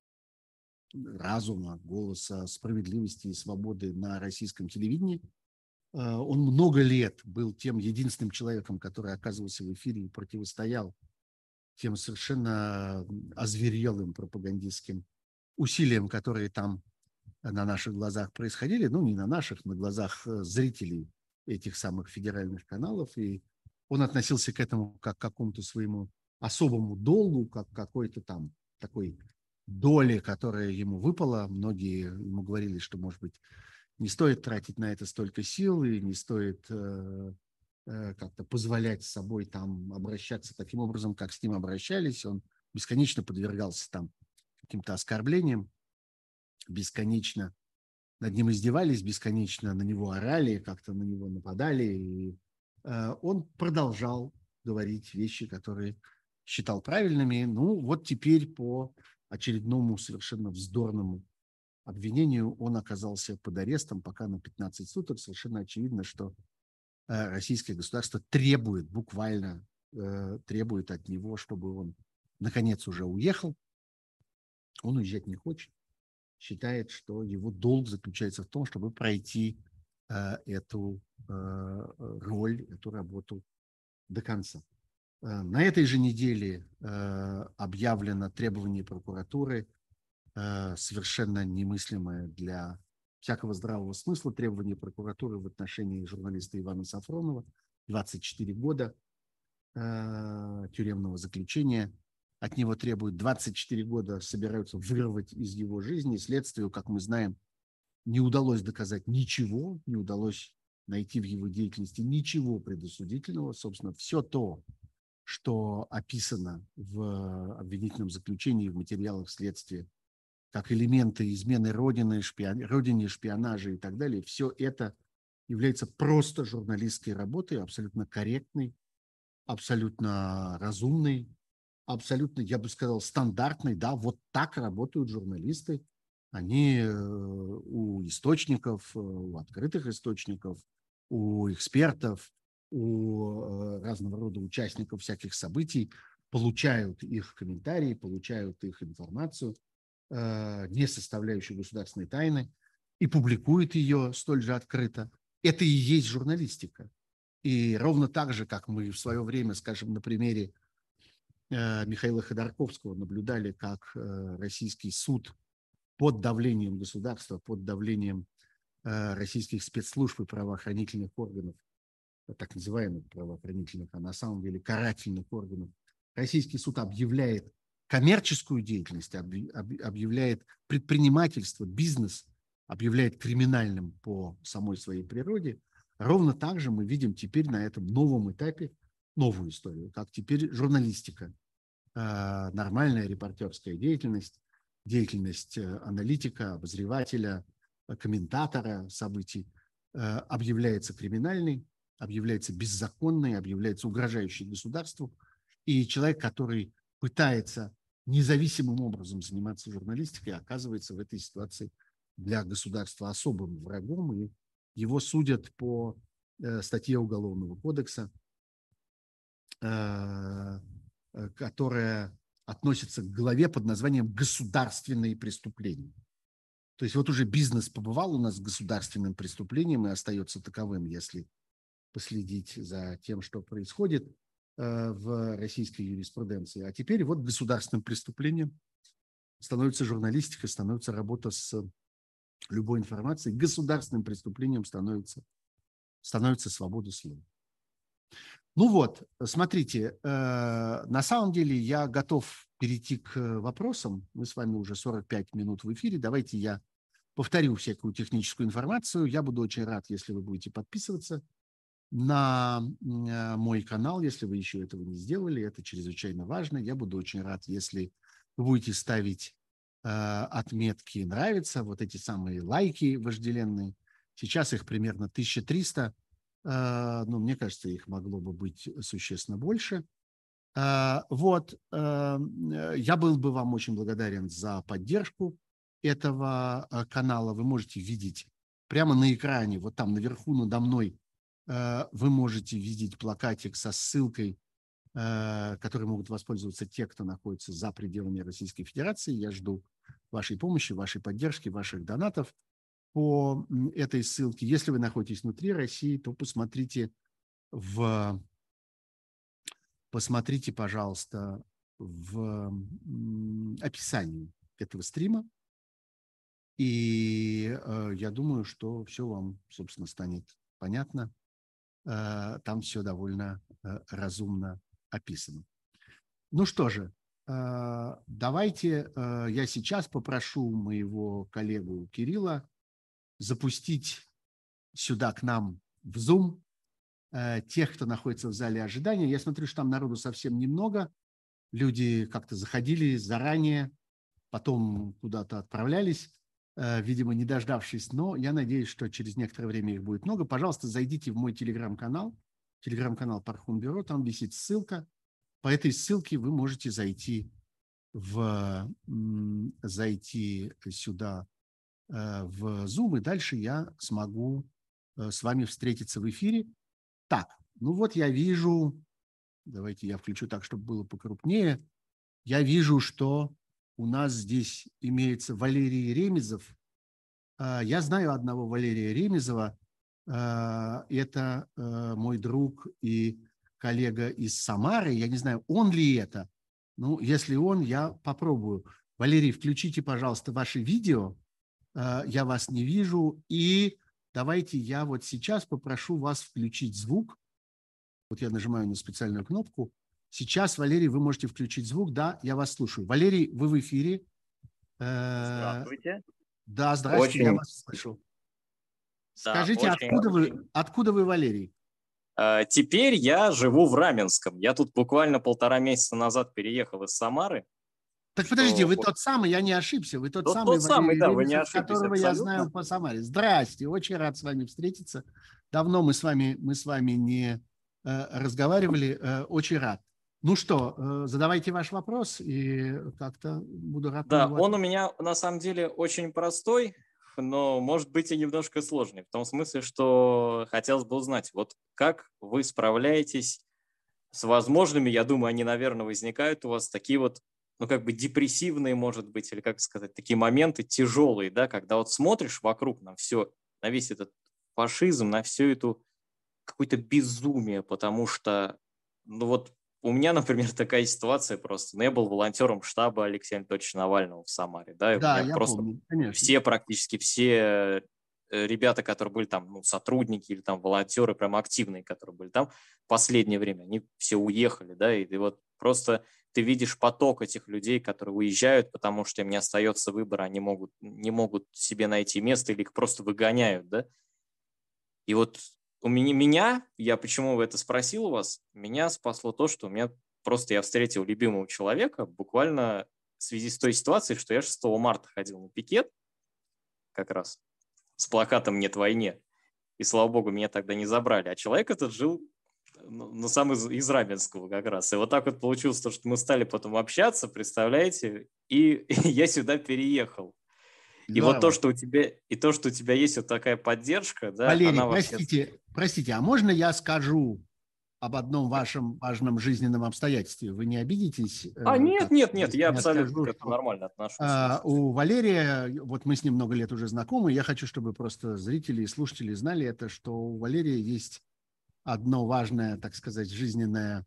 разума, голоса справедливости и свободы на российском телевидении. Э, он много лет был тем единственным человеком, который оказывался в эфире и противостоял тем совершенно озверелым пропагандистским усилиям, которые там на наших глазах происходили, ну, не на наших, на глазах зрителей этих самых федеральных каналов. И он относился к этому как к какому-то своему особому долгу, как к какой-то там такой доли, которая ему выпала. Многие ему говорили, что, может быть, не стоит тратить на это столько сил и не стоит э, э, как-то позволять с собой там обращаться таким образом, как с ним обращались. Он бесконечно подвергался там каким-то оскорблениям, бесконечно над ним издевались, бесконечно на него орали, как-то на него нападали. И э, он продолжал говорить вещи, которые считал правильными. Ну, вот теперь по очередному совершенно вздорному обвинению он оказался под арестом пока на пятнадцать суток. Совершенно очевидно, что э, российское государство требует, буквально э, требует от него, чтобы он наконец уже уехал. Он уезжать не хочет. Считает, что его долг заключается в том, чтобы пройти э, эту э, роль, эту работу до конца. Э, на этой же неделе э, объявлено требование прокуратуры, э, совершенно немыслимое для всякого здравого смысла, требование прокуратуры в отношении журналиста Ивана Сафронова, двадцать четыре года э, тюремного заключения. От него требуют двадцать четыре года, собираются вырвать из его жизни. Следствию, как мы знаем, не удалось доказать ничего, не удалось найти в его деятельности ничего предосудительного. Собственно, все то, что описано в обвинительном заключении, в материалах следствия, как элементы измены Родины, шпион... Родине, шпионажа и так далее, все это является просто журналистской работой, абсолютно корректной, абсолютно разумной, абсолютно, я бы сказал, стандартный, да, вот так работают журналисты. Они э, у источников, у открытых источников, у экспертов, у э, разного рода участников всяких событий получают их комментарии, получают их информацию, э, не составляющую государственной тайны, и публикуют ее столь же открыто. Это и есть журналистика. И ровно так же, как мы в свое время, скажем, на примере Михаила Ходорковского наблюдали, как российский суд под давлением государства, под давлением российских спецслужб и правоохранительных органов, так называемых правоохранительных, а на самом деле карательных органов, российский суд объявляет коммерческую деятельность, объявляет предпринимательство, бизнес, объявляет криминальным по самой своей природе. Ровно так же мы видим теперь на этом новом этапе новую историю, как теперь журналистика, нормальная репортерская деятельность, деятельность аналитика, обозревателя, комментатора событий объявляется криминальной, объявляется беззаконной, объявляется угрожающей государству. И человек, который пытается независимым образом заниматься журналистикой, оказывается в этой ситуации для государства особым врагом, и его судят по статье Уголовного кодекса, которая относится к главе под названием «Государственные преступления». То есть вот уже бизнес побывал у нас государственным преступлением и остается таковым, если последить за тем, что происходит в российской юриспруденции. А теперь вот государственным преступлением становится журналистика, становится работа с любой информацией. Государственным преступлением становится, становится свобода слова. Ну вот, смотрите, э, на самом деле я готов перейти к вопросам. Мы с вами уже сорок пять минут в эфире. Давайте я повторю всякую техническую информацию. Я буду очень рад, если вы будете подписываться на мой канал, если вы еще этого не сделали. Это чрезвычайно важно. Я буду очень рад, если вы будете ставить э, отметки «нравится», вот эти самые лайки вожделенные. Сейчас их примерно тысяча триста. Ну, мне кажется, их могло бы быть существенно больше. Вот. Я был бы вам очень благодарен за поддержку этого канала. Вы можете видеть прямо на экране, вот там наверху надо мной, вы можете видеть плакатик со ссылкой, которой могут воспользоваться те, кто находится за пределами Российской Федерации. Я жду вашей помощи, вашей поддержки, ваших донатов по этой ссылке. Если вы находитесь внутри России, то посмотрите в... Посмотрите, пожалуйста, в описании этого стрима. И э, я думаю, что все вам, собственно, станет понятно. Э, там все довольно э, разумно описано. Ну что же, э, давайте э, я сейчас попрошу моего коллегу Кирилла запустить сюда к нам в Zoom тех, кто находится в зале ожидания. Я смотрю, что там народу совсем немного. Люди как-то заходили заранее, потом куда-то отправлялись, видимо, не дождавшись. Но я надеюсь, что через некоторое время их будет много. Пожалуйста, зайдите в мой телеграм-канал, телеграм-канал Пархум-бюро, там висит ссылка. По этой ссылке вы можете зайти, в, зайти сюда в Zoom, и дальше я смогу с вами встретиться в эфире. Так, ну вот я вижу, давайте я включу так, чтобы было покрупнее. Я вижу, что у нас здесь имеется Валерий Ремезов. Я знаю одного Валерия Ремезова. Это мой друг и коллега из Самары. Я не знаю, он ли это. Ну, если он, я попробую. Валерий, включите, пожалуйста, ваше видео. Я вас не вижу. И давайте я вот сейчас попрошу вас включить звук. Вот я нажимаю на специальную кнопку. Сейчас, Валерий, вы можете включить звук. Да, я вас слушаю. Валерий, вы в эфире. Здравствуйте. Да, здравствуйте, очень... я вас слышу. Скажите, да, откуда, очень... вы, откуда вы, Валерий? Теперь я живу в Раменском. Я тут буквально полтора месяца назад переехал из Самары. Так что... подождите, вы тот самый, я не ошибся, вы тот, тот самый, тот самый, Валерий да, Ремезов, вы не ошиблись, которого абсолютно. Я знаю по Самаре. Здрасте, очень рад с вами встретиться. Давно мы с вами, мы с вами не э, разговаривали, э, очень рад. Ну что, э, задавайте ваш вопрос, и как-то буду рад. Да, он у меня на самом деле очень простой, но может быть и немножко сложный, в том смысле, что хотелось бы узнать, вот как вы справляетесь с возможными, я думаю, они, наверное, возникают у вас, такие вот, ну, как бы депрессивные, может быть, или, как сказать, такие моменты тяжелые, да, когда вот смотришь вокруг на все, на весь этот фашизм, на всю эту какое-то безумие, потому что, ну, вот у меня, например, такая ситуация просто. Ну, я был волонтером штаба Алексея Анатольевича Навального в Самаре, да, и да, у меня я просто помню, конечно. Все, практически все ребята, которые были там, ну, сотрудники или там волонтеры, прям активные, которые были там в последнее время, они все уехали, да, и, и вот просто ты видишь поток этих людей, которые уезжают, потому что им не остается выбора, они могут, не могут себе найти место или их просто выгоняют, да. И вот у меня, меня, я почему это спросил у вас, меня спасло то, что у меня просто я встретил любимого человека буквально в связи с той ситуацией, что я шестого марта ходил на пикет, как раз, с плакатом «Нет войне». И, слава богу, меня тогда не забрали. А человек этот жил, ну, сам из, из Раменского как раз. И вот так вот получилось, то, что мы стали потом общаться, представляете, и, и я сюда переехал. И Здорово. вот то, что у тебя, и то, что у тебя есть вот такая поддержка, да, Валерий, она простите, вообще... простите, а можно я скажу об одном вашем важном жизненном обстоятельстве? Вы не обидитесь? А, нет, как, нет, нет, я я абсолютно скажу, к этому что, нормально отношусь. а, у Валерия, вот мы с ним много лет уже знакомы, я хочу, чтобы просто зрители и слушатели знали это, что у Валерия есть одно важное, так сказать, жизненное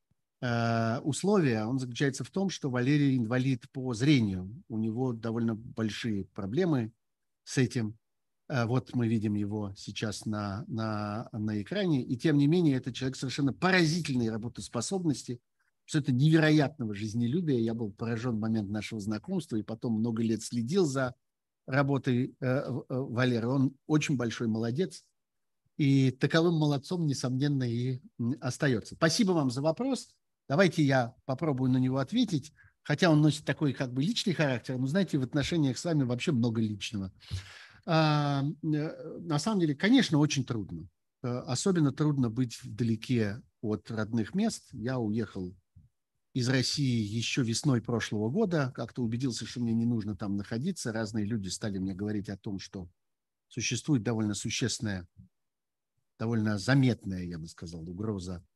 э, условие. Он заключается в том, что Валерий инвалид по зрению. У него довольно большие проблемы с этим. Вот мы видим его сейчас на, на, на экране. И тем не менее, это человек совершенно поразительной работоспособности, абсолютно невероятного жизнелюбия. Я был поражен в момент нашего знакомства и потом много лет следил за работой э, э, Валеры. Он очень большой молодец. И таковым молодцом, несомненно, и остается. Спасибо вам за вопрос. Давайте я попробую на него ответить. Хотя он носит такой как бы личный характер, но, знаете, в отношениях с вами вообще много личного. На самом деле, конечно, очень трудно. Особенно трудно быть вдалеке от родных мест. Я уехал из России еще весной прошлого года, как-то убедился, что мне не нужно там находиться. Разные люди стали мне говорить о том, что существует довольно существенная, довольно заметная, я бы сказал, угроза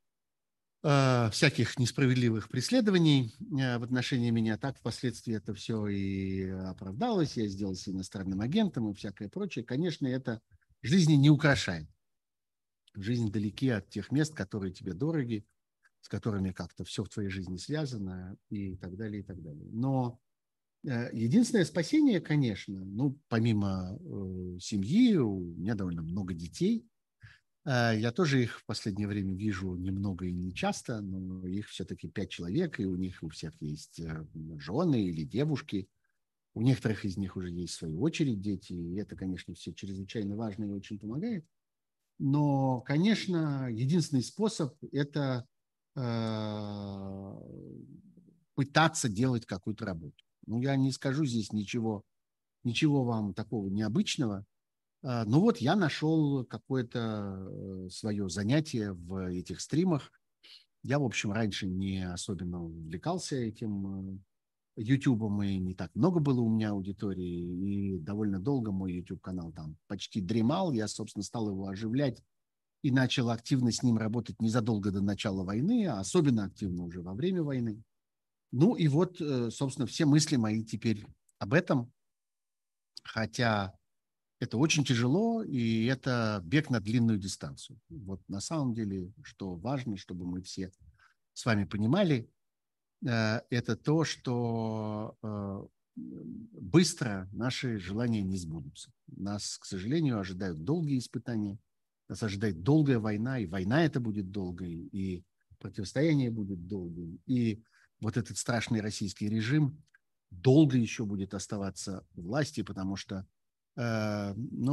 э, всяких несправедливых преследований э, в отношении меня. Так впоследствии это все и оправдалось. Я сделался иностранным агентом и всякое прочее. Конечно, это жизни не украшает. Жизнь вдалеке от тех мест, которые тебе дороги, с которыми как-то все в твоей жизни связано и так далее, и так далее. Но э, единственное спасение, конечно, ну, помимо э, семьи, у меня довольно много детей. Э, я тоже их в последнее время вижу немного и не часто, но их все-таки пять человек, и у них у всех есть э, жены или девушки. У некоторых из них уже есть в свою очередь дети, и это, конечно, все чрезвычайно важно и очень помогает. Но, конечно, единственный способ – это э, пытаться делать какую-то работу. Ну, я не скажу здесь ничего, ничего вам такого необычного. Э, но вот я нашел какое-то свое занятие в этих стримах. Я, в общем, раньше не особенно увлекался этим Ютубом, и не так много было у меня аудитории, и довольно долго мой YouTube-канал там почти дремал. Я, собственно, стал его оживлять и начал активно с ним работать незадолго до начала войны, а особенно активно уже во время войны. Ну и вот, собственно, все мысли мои теперь об этом, хотя это очень тяжело, и это бег на длинную дистанцию. Вот на самом деле, что важно, чтобы мы все с вами понимали, это то, что быстро наши желания не сбудутся. Нас, к сожалению, ожидают долгие испытания, нас ожидает долгая война, и война это будет долгой, и противостояние будет долгим, и вот этот страшный российский режим долго еще будет оставаться у власти, потому что э,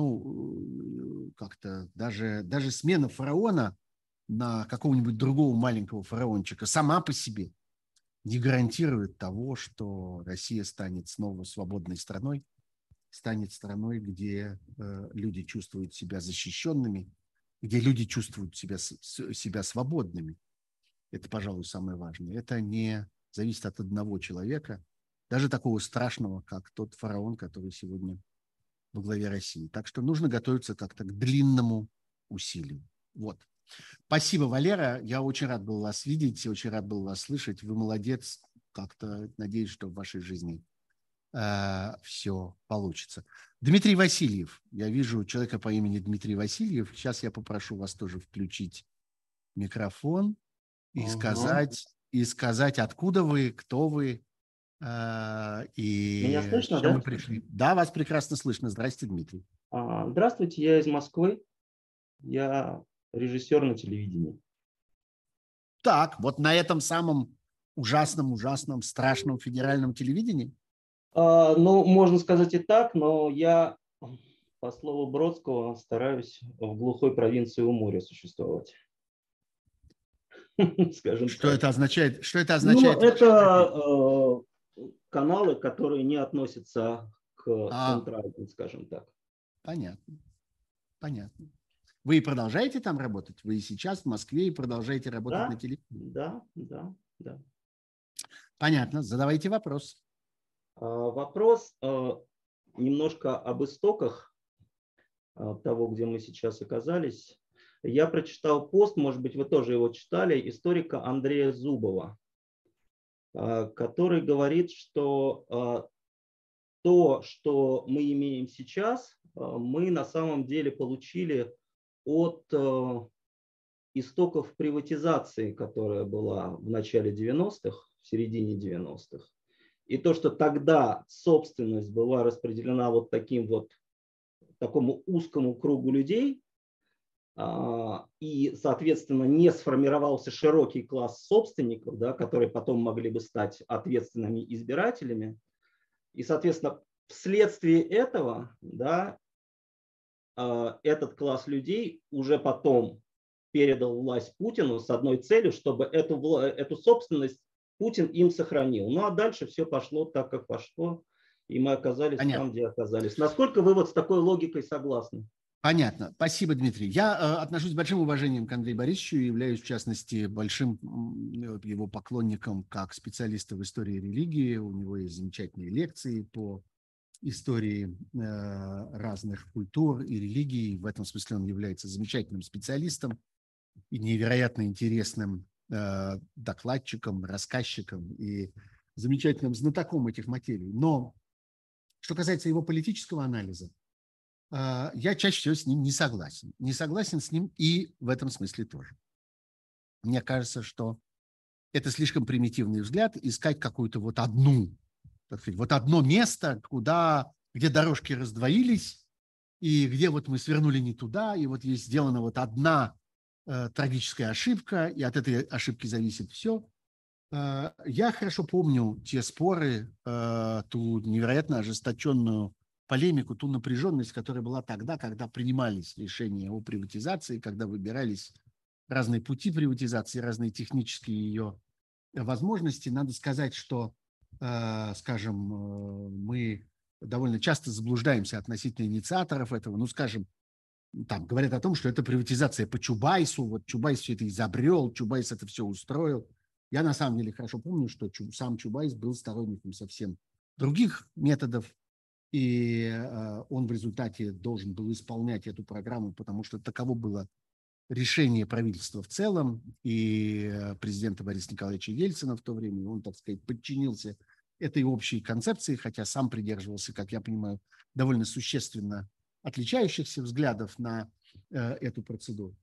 ну, как-то даже, даже смена фараона на какого-нибудь другого маленького фараончика сама по себе не гарантирует того, что Россия станет снова свободной страной, станет страной, где э, люди чувствуют себя защищенными, где люди чувствуют себя, себя свободными. Это, пожалуй, самое важное. Это не зависит от одного человека, даже такого страшного, как тот фараон, который сегодня во главе России. Так что нужно готовиться как-то к длинному усилию. Вот. Спасибо, Валера. Я очень рад был вас видеть, очень рад был вас слышать. Вы молодец. Как-то надеюсь, что в вашей жизни э, все получится. Дмитрий Васильев. Я вижу человека по имени Дмитрий Васильев. Сейчас я попрошу вас тоже включить микрофон и, ага. сказать, и сказать, откуда вы, кто вы э, и Меня слышно, с чем да? вы пришли. Да, вас прекрасно слышно. Здравствуйте, Дмитрий. Здравствуйте, я из Москвы. Я режиссер на телевидении. Так, вот на этом самом ужасном, ужасном, страшном федеральном телевидении? А, ну, можно сказать и так, но я, по слову Бродского, стараюсь в глухой провинции у моря существовать. Скажем что так. Это означает, что это означает? Ну, это э, каналы, которые не относятся к а, центральным, скажем так. Понятно, понятно. Вы продолжаете там работать? Вы и сейчас в Москве и продолжаете работать Да, на телевидении? да, да, да. Понятно. Задавайте вопрос. А, вопрос а, немножко об истоках а, того, где мы сейчас оказались. Я прочитал пост, может быть, вы тоже его читали, историка Андрея Зубова, а, который говорит, что а, то, что мы имеем сейчас, а, мы на самом деле получили от а, истоков приватизации, которая была в начале девяностых, в середине девяностых. И то, что тогда собственность была распределена вот таким вот, такому узкому кругу людей, и, соответственно, не сформировался широкий класс собственников, да, которые потом могли бы стать ответственными избирателями. И, соответственно, вследствие этого, да, этот класс людей уже потом передал власть Путину с одной целью, чтобы эту, эту собственность Путин им сохранил. Ну а дальше все пошло так, как пошло. и мы оказались Понятно. там, где оказались. Насколько вы вот с такой логикой согласны? Понятно. Спасибо, Дмитрий. Я э, отношусь с большим уважением к Андрею Борисовичу и являюсь, в частности, большим м, его поклонником как специалиста в истории религии. У него есть замечательные лекции по истории э, разных культур и религий. В этом смысле он является замечательным специалистом и невероятно интересным э, докладчиком, рассказчиком и замечательным знатоком этих материй. Но что касается его политического анализа, э, я чаще всего с ним не согласен. Не согласен с ним и в этом смысле тоже. Мне кажется, что это слишком примитивный взгляд искать какую-то вот одну, так сказать, вот одно место, куда, где дорожки раздвоились, и где вот мы свернули не туда, и вот есть сделана вот одна э, трагическая ошибка, и от этой ошибки зависит все. Э, я хорошо помню те споры, э, ту невероятно ожесточенную полемику, ту напряженность, которая была тогда, когда принимались решения о приватизации, когда выбирались разные пути приватизации, разные технические ее возможности. Надо сказать, что, э, скажем, э, мы довольно часто заблуждаемся относительно инициаторов этого. Ну, скажем, там говорят о том, что это приватизация по Чубайсу, вот Чубайс все это изобрел, Чубайс это все устроил. Я на самом деле хорошо помню, что Чу, сам Чубайс был сторонником совсем других методов, и э, он в результате должен был исполнять эту программу, потому что таково было решение правительства в целом и президента Бориса Николаевича Ельцина в то время. Он, так сказать, подчинился этой общей концепции, хотя сам придерживался, как я понимаю, довольно существенно отличающихся взглядов на э, эту процедуру.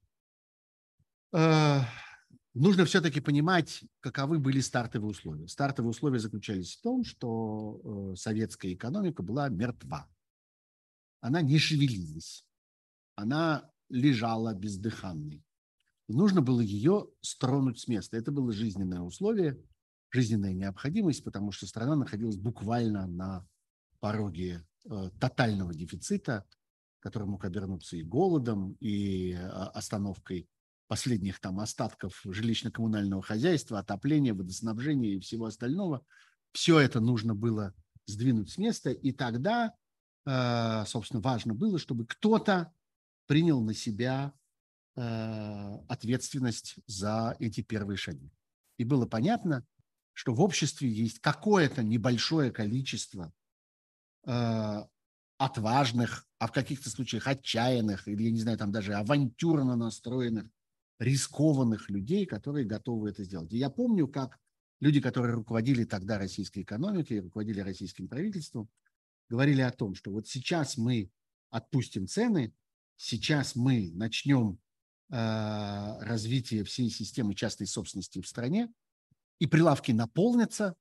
Э, нужно все-таки понимать, каковы были стартовые условия. Стартовые условия заключались в том, что э, советская экономика была мертва. Она не шевелилась. Она лежала бездыханной. И нужно было ее стронуть с места. Это было жизненное условие, жизненная необходимость, потому что страна находилась буквально на пороге э, тотального дефицита, который мог обернуться и голодом, и э, остановкой последних там остатков жилищно-коммунального хозяйства, отопления, водоснабжения и всего остального. Все это нужно было сдвинуть с места, и тогда, э, собственно, важно было, чтобы кто-то принял на себя э, ответственность за эти первые шаги. И было понятно, что в обществе есть какое-то небольшое количество э, отважных, а в каких-то случаях отчаянных, или, я не знаю, там даже авантюрно настроенных, рискованных людей, которые готовы это сделать. И я помню, как люди, которые руководили тогда российской экономикой, руководили российским правительством, говорили о том, что вот сейчас мы отпустим цены, сейчас мы начнем э, развитие всей системы частной собственности в стране, и прилавки наполнятся,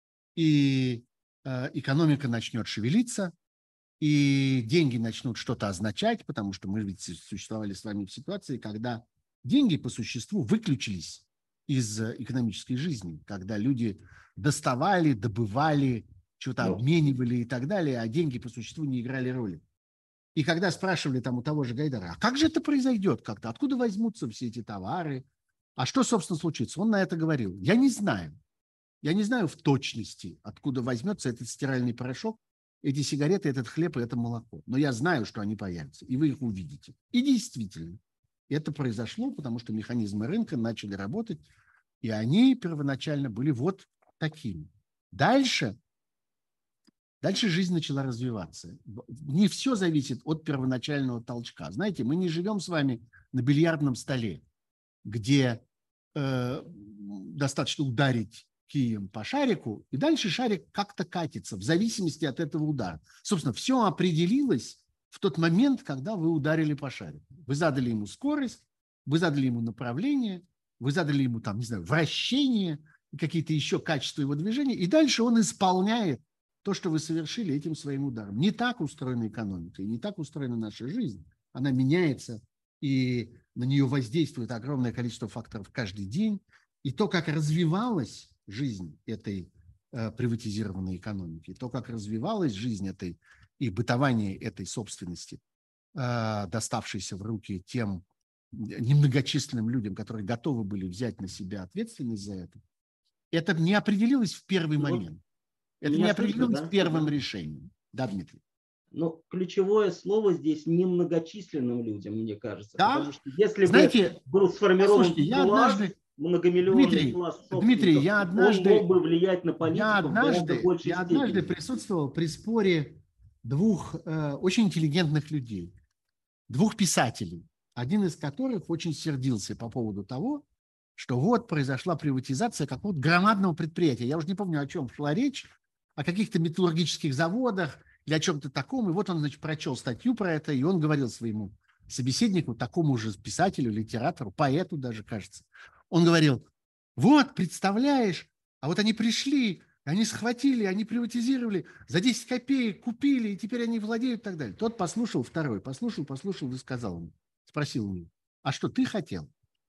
и э, экономика начнет шевелиться, и деньги начнут что-то означать, потому что мы ведь существовали с вами в ситуации, когда деньги по существу выключились из экономической жизни, когда люди доставали, добывали, что-то Ну. обменивали и так далее, а деньги по существу не играли роли. И когда спрашивали там у того же Гайдара, а как же это произойдет как-то, откуда возьмутся все эти товары, а что, собственно, случится? Он на это говорил: я не знаю. Я не знаю в точности, откуда возьмется этот стиральный порошок, эти сигареты, этот хлеб и это молоко. Но я знаю, что они появятся, и вы их увидите. И действительно, это произошло, потому что механизмы рынка начали работать, и они первоначально были вот такими. Дальше, дальше жизнь начала развиваться. Не все зависит от первоначального толчка. Знаете, мы не живем с вами на бильярдном столе, где э, достаточно ударить кием по шарику, и дальше шарик как-то катится в зависимости от этого удара. Собственно, все определилось в тот момент, когда вы ударили по шарику. Вы задали ему скорость, вы задали ему направление, вы задали ему, там, не знаю, вращение, какие-то еще качества его движения, и дальше он исполняет то, что вы совершили этим своим ударом. Не так устроена экономика, и не так устроена наша жизнь. Она меняется, и на нее воздействует огромное количество факторов каждый день. И то, как развивалась жизнь этой э, приватизированной экономики, то, как развивалась жизнь этой и бытование этой собственности, э, доставшейся в руки тем немногочисленным людям, которые готовы были взять на себя ответственность за это, это не определилось в первый Ну, момент. Это Меня не слышно, определилось да? первым решением. Да, Дмитрий? Но ключевое слово здесь немногочисленным людям, мне кажется. Да. Потому что если бы Знаете, был сформирован послушайте, я класс, однажды, многомиллионный Дмитрий, класс Дмитрий, собственников, я он мог однажды, бы влиять на я политику в гораздо однажды, большей я однажды степени. присутствовал при споре двух э, очень интеллигентных людей, двух писателей, один из которых очень сердился по поводу того, что вот произошла приватизация какого-то громадного предприятия. Я уже не помню, о чем шла речь, о каких-то металлургических заводах или о чем-то таком. И вот он, значит, прочел статью про это, и он говорил своему собеседнику, такому же писателю, литератору, поэту даже, кажется. Он говорил, вот, представляешь, а вот они пришли, они схватили, они приватизировали, за десять копеек купили, и теперь они владеют и так далее. Тот послушал, второй послушал, послушал и сказал ему, спросил у него, а что ты хотел?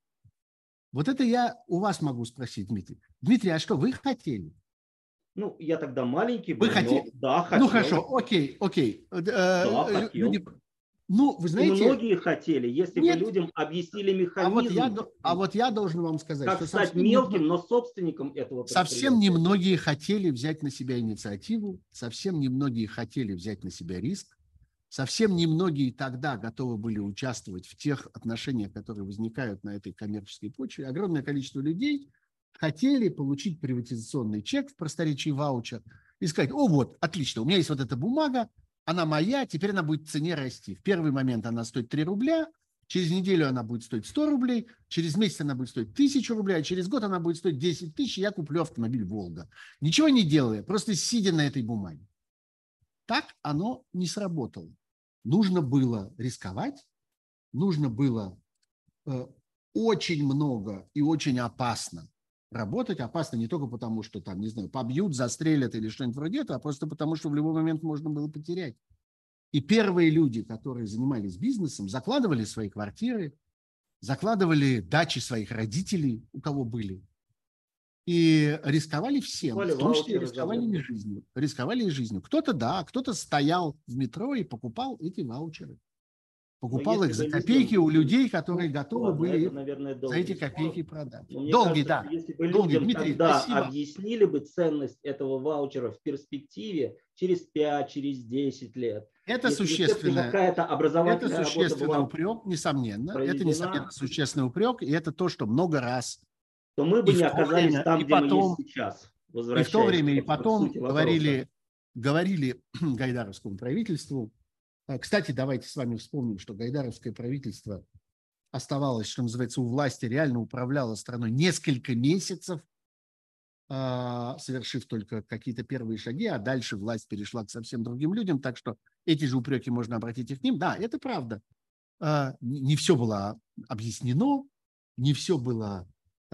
Вот это я у вас могу спросить, Дмитрий. Дмитрий, а что вы хотели? Ну, я тогда маленький Вы был, хотели? но да, хотел. Ну, хорошо, окей, окей. Э, Да, э, хотел. люди... Ну, вы И знаете... многие хотели, если Нет. бы людям объяснили А вот, механизм, я, а вот я должен вам сказать, как что стать совсем мелким, немного, но собственником этого совсем предприятия. немногие хотели взять на себя инициативу, совсем немногие хотели взять на себя риск, совсем немногие тогда готовы были участвовать в тех отношениях, которые возникают на этой коммерческой почве. Огромное количество людей хотели получить приватизационный чек, в просторечии ваучер, и сказать, о, вот, отлично, у меня есть вот эта бумага, она моя, теперь она будет в цене расти. В первый момент она стоит три рубля, через неделю она будет стоить сто рублей, через месяц она будет стоить тысячу рублей, а через год она будет стоить десять тысяч, и я куплю автомобиль «Волга». Ничего не делая, просто сидя на этой бумаге. Так оно не сработало. Нужно было рисковать, нужно было э, очень много и очень опасно работать. Опасно не только потому, что там, не знаю, побьют, застрелят или что-нибудь вроде этого, а просто потому, что в любой момент можно было потерять. И первые люди, которые занимались бизнесом, закладывали свои квартиры, закладывали дачи своих родителей, у кого были, и рисковали всем, Покупали в том числе и ваучеры рисковали завода. и жизнью. Рисковали и жизнью. Кто-то, да, кто-то стоял в метро и покупал эти ваучеры. Покупал их за копейки у людей, которые ну, готовы ладно, были это, наверное, за эти долгий копейки спор. продать. Но мне Долгий, кажется, да. что если бы Долгий. людям Дмитрий, тогда спасибо. объяснили бы ценность этого ваучера в перспективе через пять, через десять лет, Это если бы все-таки существенное, какая-то это образовательная работа существенный была упрек, несомненно. Это, проведена, несомненно, существенный упрек. И это то, что много раз то мы бы и не в то оказались время, там, и где мы есть потом, сейчас, и в то возвращаясь время, и к, к сути потом вопроса. говорили, говорили гайдаровскому правительству. Кстати, давайте с вами вспомним, что гайдаровское правительство оставалось, что называется, у власти, реально управляло страной несколько месяцев, совершив только какие-то первые шаги, а дальше власть перешла к совсем другим людям, так что эти же упреки можно обратить и к ним. Да, это правда. Не все было объяснено, не все было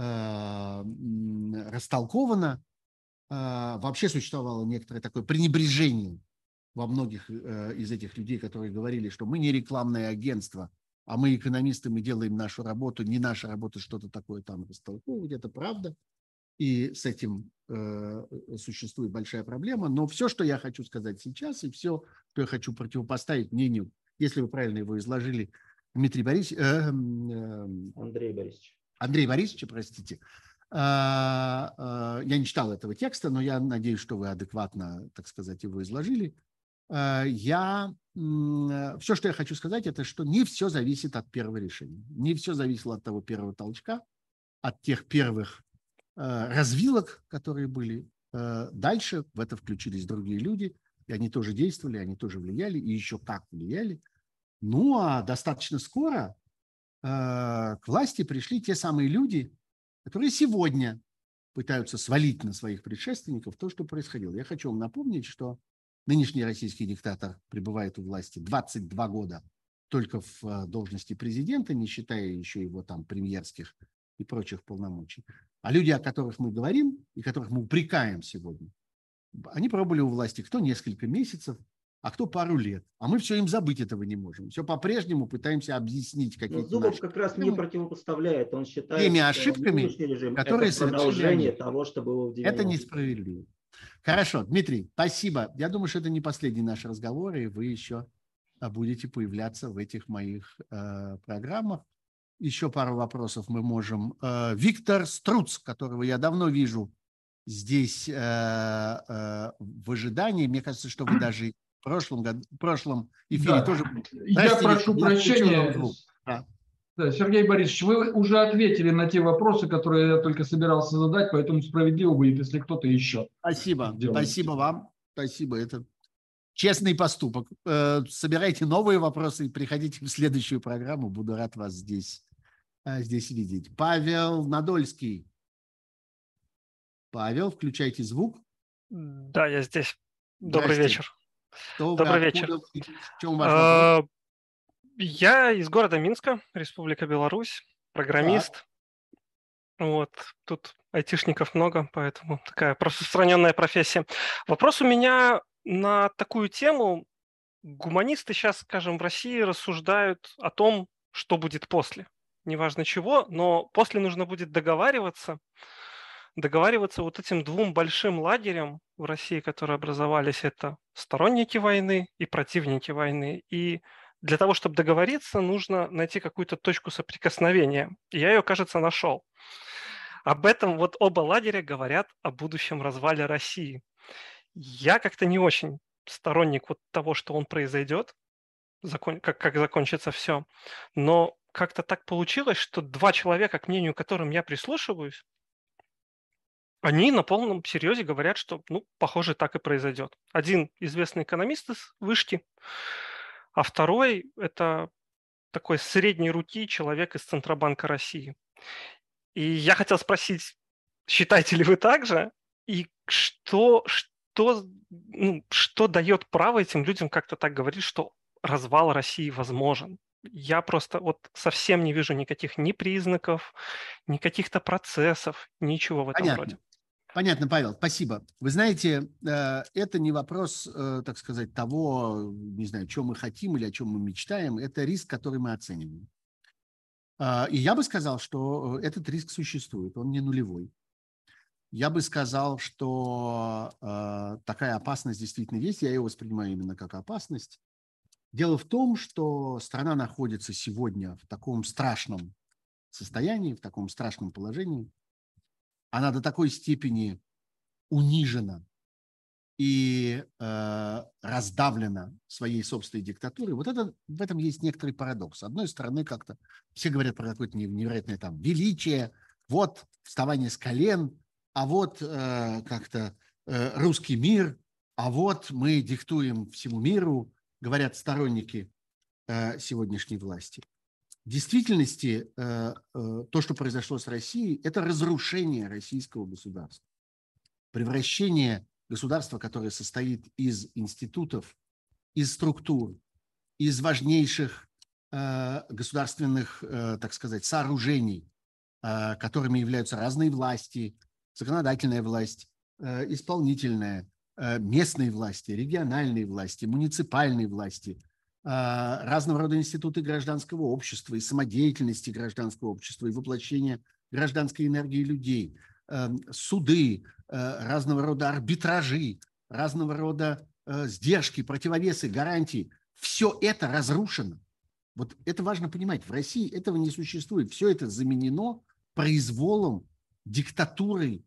растолковано. Вообще существовало некоторое такое пренебрежение во многих из этих людей, которые говорили, что мы не рекламное агентство, а мы экономисты, мы делаем нашу работу, не наша работа что-то такое там растолковывать. Это правда. И с этим э, существует большая проблема. Но все, что я хочу сказать сейчас, и все, что я хочу противопоставить мнению, если вы правильно его изложили, Дмитрий Борисович, э, э, Андрей Борисович. Андрей Борисович, простите. Э, э, я не читал этого текста, но я надеюсь, что вы адекватно, так сказать, его изложили. Э, я, э, все, что я хочу сказать, это что не все зависит от первого решения. Не все зависело от того первого толчка, от тех первых развилок, которые были. Дальше в это включились другие люди, и они тоже действовали, они тоже влияли, и еще как влияли. Ну, а достаточно скоро к власти пришли те самые люди, которые сегодня пытаются свалить на своих предшественников то, что происходило. Я хочу вам напомнить, что нынешний российский диктатор пребывает у власти двадцать два года только в должности президента, не считая еще его там премьерских и прочих полномочий. А люди, о которых мы говорим и которых мы упрекаем сегодня, они пробыли у власти кто несколько месяцев, а кто пару лет. А мы все им забыть этого не можем. Все по-прежнему пытаемся объяснить какие-то Но Зубов наши как раз не противопоставляет. Он считает, теми что ошибками, нынешний режим которые это совершили продолжение они. того, что было в Это девяностых. несправедливо. Хорошо, Дмитрий, спасибо. Я думаю, что это не последний наш разговор, и вы еще будете появляться в этих моих э, программах. Еще пару вопросов мы можем. Виктор Струц, которого я давно вижу здесь э, э, в ожидании. Мне кажется, что вы даже в прошлом, году, в прошлом эфире Да. тоже... Я Простите, прошу я прощения. Да. Да, Сергей Борисович, вы уже ответили на те вопросы, которые я только собирался задать, поэтому справедливо будет, если кто-то еще. Спасибо. Делает. Спасибо вам. Спасибо. Это честный поступок. Собирайте новые вопросы и приходите в следующую программу. Буду рад вас здесь, здесь видеть. Павел Надольский. Павел, включайте звук. Да, я здесь. Добрый вечер. Кто Добрый вы, вечер. В чем ваш вопрос? Я из города Минска, Республика Беларусь, программист. Так. Вот, тут айтишников много, поэтому такая распространенная профессия. Вопрос у меня на такую тему. Гуманисты сейчас, скажем, в России рассуждают о том, что будет после. Неважно чего, но после нужно будет договариваться. Договариваться вот этим двум большим лагерям в России, которые образовались, это сторонники войны и противники войны. И для того, чтобы договориться, нужно найти какую-то точку соприкосновения. И я ее, кажется, нашел. Об этом вот оба лагеря говорят о будущем развале России. Я как-то не очень сторонник вот того, что он произойдет, закон, как, как закончится все. Но как-то так получилось, что два человека, к мнению которым я прислушиваюсь, они на полном серьезе говорят, что, ну, похоже, так и произойдет. Один известный экономист из вышки, а второй – это такой средней руки человек из Центробанка России. И я хотел спросить, считаете ли вы так же? И что, что, ну, что дает право этим людям как-то так говорить, что развал России возможен? Я просто вот совсем не вижу никаких ни признаков, ни каких-то процессов, ничего в этом Понятно. роде. Понятно, Павел, спасибо. Вы знаете, это не вопрос, так сказать, того, не знаю, что мы хотим или о чем мы мечтаем. Это риск, который мы оцениваем. И я бы сказал, что этот риск существует, он не нулевой. Я бы сказал, что такая опасность действительно есть. Я ее воспринимаю именно как опасность. Дело в том, что страна находится сегодня в таком страшном состоянии, в таком страшном положении. Она до такой степени унижена и э, раздавлена своей собственной диктатурой. Вот это, в этом есть некоторый парадокс. С одной стороны, как-то все говорят про какое-то невероятное там величие, вот вставание с колен, а вот э, как-то э, русский мир, а вот мы диктуем всему миру, говорят сторонники э, сегодняшней власти. В действительности э, э, то, что произошло с Россией, это разрушение российского государства. Превращение государства, которое состоит из институтов, из структур, из важнейших э, государственных, э, так сказать, сооружений, э, которыми являются разные власти, законодательная власть, э, исполнительная, э, местные власти, региональные власти, муниципальные власти, разного рода институты гражданского общества и самодеятельности гражданского общества и воплощения гражданской энергии людей, суды, разного рода арбитражи, разного рода сдержки, противовесы, гарантии. Все это разрушено. Вот это важно понимать. В России этого не существует. Все это заменено произволом, диктатурой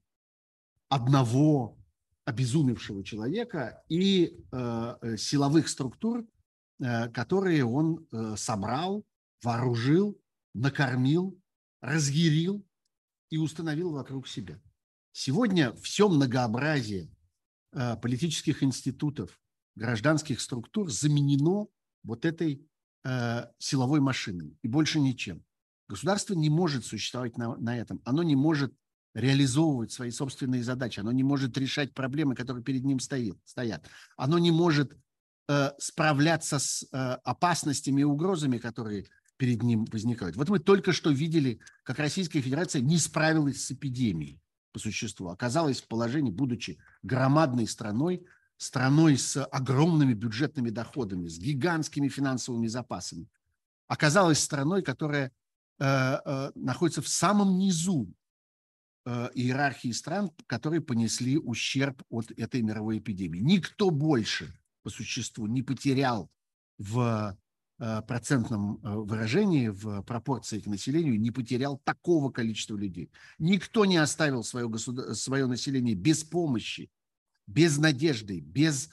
одного обезумевшего человека и э, силовых структур, которые он собрал, вооружил, накормил, разъярил и установил вокруг себя. Сегодня все многообразие политических институтов, гражданских структур заменено вот этой силовой машиной и больше ничем. Государство не может существовать на, на этом, оно не может реализовывать свои собственные задачи, оно не может решать проблемы, которые перед ним стоят, стоят. Оно не может справляться с опасностями и угрозами, которые перед ним возникают. Вот мы только что видели, как Российская Федерация не справилась с эпидемией по существу. Оказалась в положении, будучи громадной страной, страной с огромными бюджетными доходами, с гигантскими финансовыми запасами. Оказалась страной, которая э, э, находится в самом низу э, иерархии стран, которые понесли ущерб от этой мировой эпидемии. Никто больше по существу не потерял в процентном выражении, в пропорции к населению, не потерял такого количества людей. Никто не оставил свое, государ... свое население без помощи, без надежды, без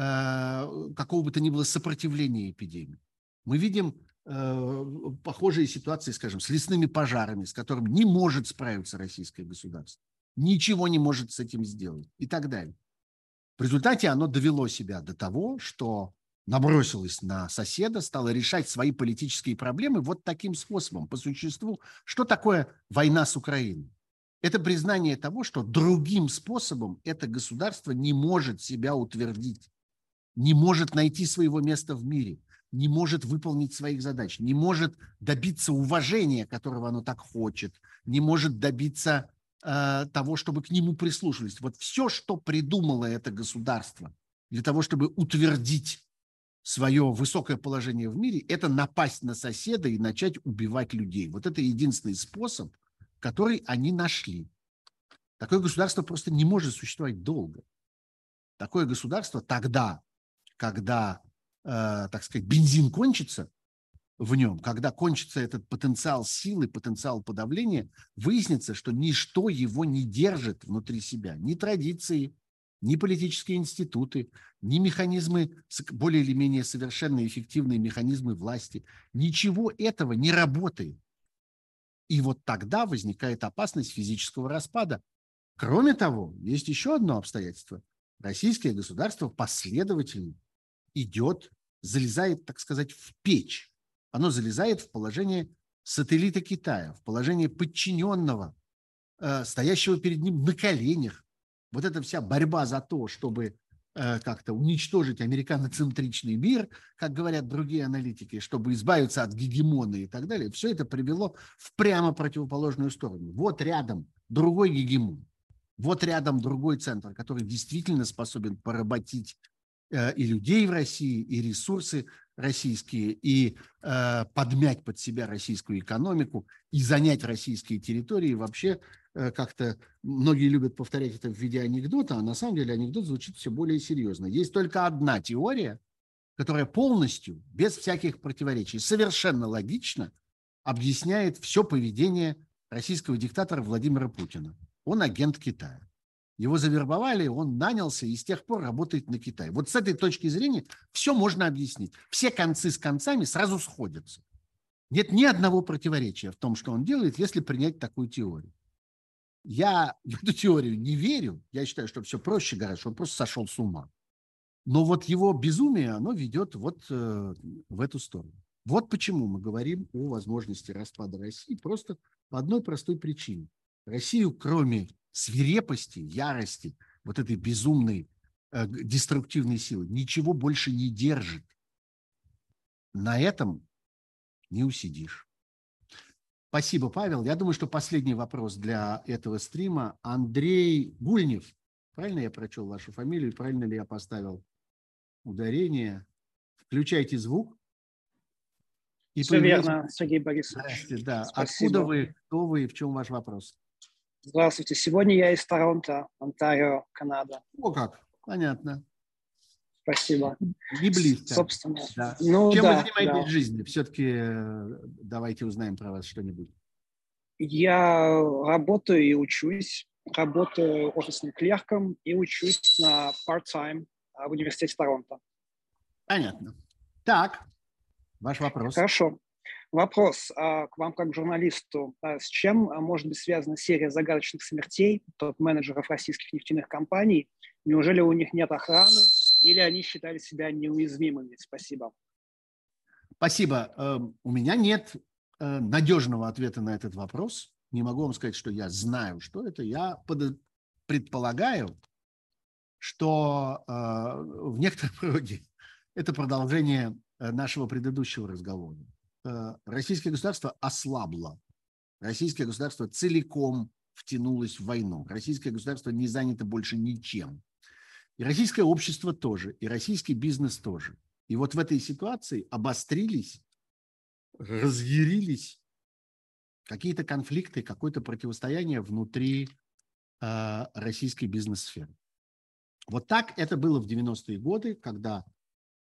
э, какого бы то ни было сопротивления эпидемии. Мы видим э, похожие ситуации, скажем, с лесными пожарами, с которыми не может справиться российское государство. Ничего не может с этим сделать и так далее. В результате оно довело себя до того, что набросилось на соседа, стало решать свои политические проблемы вот таким способом, по существу. Что такое война с Украиной? Это признание того, что другим способом это государство не может себя утвердить, не может найти своего места в мире, не может выполнить своих задач, не может добиться уважения, которого оно так хочет, не может добиться э, того, чтобы к нему прислушивались. Вот все, что придумало это государство для того, чтобы утвердить свое высокое положение в мире, это напасть на соседа и начать убивать людей. Вот это единственный способ, который они нашли. Такое государство просто не может существовать долго. Такое государство тогда, когда, э, так сказать, бензин кончится в нем, когда кончится этот потенциал силы, потенциал подавления, выяснится, что ничто его не держит внутри себя. Ни традиции, ни политические институты, ни механизмы, более или менее совершенно эффективные механизмы власти. Ничего этого не работает. И вот тогда возникает опасность физического распада. Кроме того, есть еще одно обстоятельство. Российское государство последовательно идет, залезает, так сказать, в печь. Оно залезает в положение сателлита Китая, в положение подчиненного, э, стоящего перед ним на коленях. Вот эта вся борьба за то, чтобы э, как-то уничтожить американоцентричный мир, как говорят другие аналитики, чтобы избавиться от гегемона и так далее, все это привело в прямо противоположную сторону. Вот рядом другой гегемон, вот рядом другой центр, который действительно способен поработить э, и людей в России, и ресурсы российские, и э, подмять под себя российскую экономику, и занять российские территории. Вообще э, как-то многие любят повторять это в виде анекдота, а на самом деле анекдот звучит все более серьезно. Есть только одна теория, которая полностью, без всяких противоречий, совершенно логично объясняет все поведение российского диктатора Владимира Путина. Он агент Китая. Его завербовали, он нанялся и с тех пор работает на Китай. Вот с этой точки зрения все можно объяснить. Все концы с концами сразу сходятся. Нет ни одного противоречия в том, что он делает, если принять такую теорию. Я в эту теорию не верю. Я считаю, что все проще гораздо, что он просто сошел с ума. Но вот его безумие, оно ведет вот э, в эту сторону. Вот почему мы говорим о возможности распада России просто по одной простой причине. Россию, кроме свирепости, ярости, вот этой безумной э, деструктивной силы, ничего больше не держит. На этом не усидишь. Спасибо, Павел. Я думаю, что последний вопрос для этого стрима. Андрей Гульнев. Правильно я прочел вашу фамилию? Правильно ли я поставил ударение? Включайте звук. И Все появляйте... верно, Сергей Борисович. Здравствуйте, да. Откуда вы, кто вы и в чем ваш вопрос? Здравствуйте. Сегодня я из Торонто, Онтарио, Канада. О, как. Понятно. Спасибо. Не близко. Собственно. Да. Ну, Чем да, вы занимаетесь да. в жизни? Все-таки давайте узнаем про вас что-нибудь. Я работаю и учусь. Работаю офисным клерком и учусь на part-time в университете Торонто. Понятно. Так, ваш вопрос. Хорошо. Вопрос а, к вам как к журналисту. А, с чем а, может быть связана серия загадочных смертей топ-менеджеров российских нефтяных компаний? Неужели у них нет охраны или они считали себя неуязвимыми? Спасибо. Спасибо. Э, у меня нет э, надежного ответа на этот вопрос. Не могу вам сказать, что я знаю, что это. Я под... предполагаю, что э, в некотором роде это продолжение нашего предыдущего разговора. Российское государство ослабло. Российское государство целиком втянулось в войну. Российское государство не занято больше ничем. И российское общество тоже, и российский бизнес тоже. И вот в этой ситуации обострились, разъярились какие-то конфликты, какое-то противостояние внутри э, российской бизнес-сферы. Вот так это было в девяностые годы, когда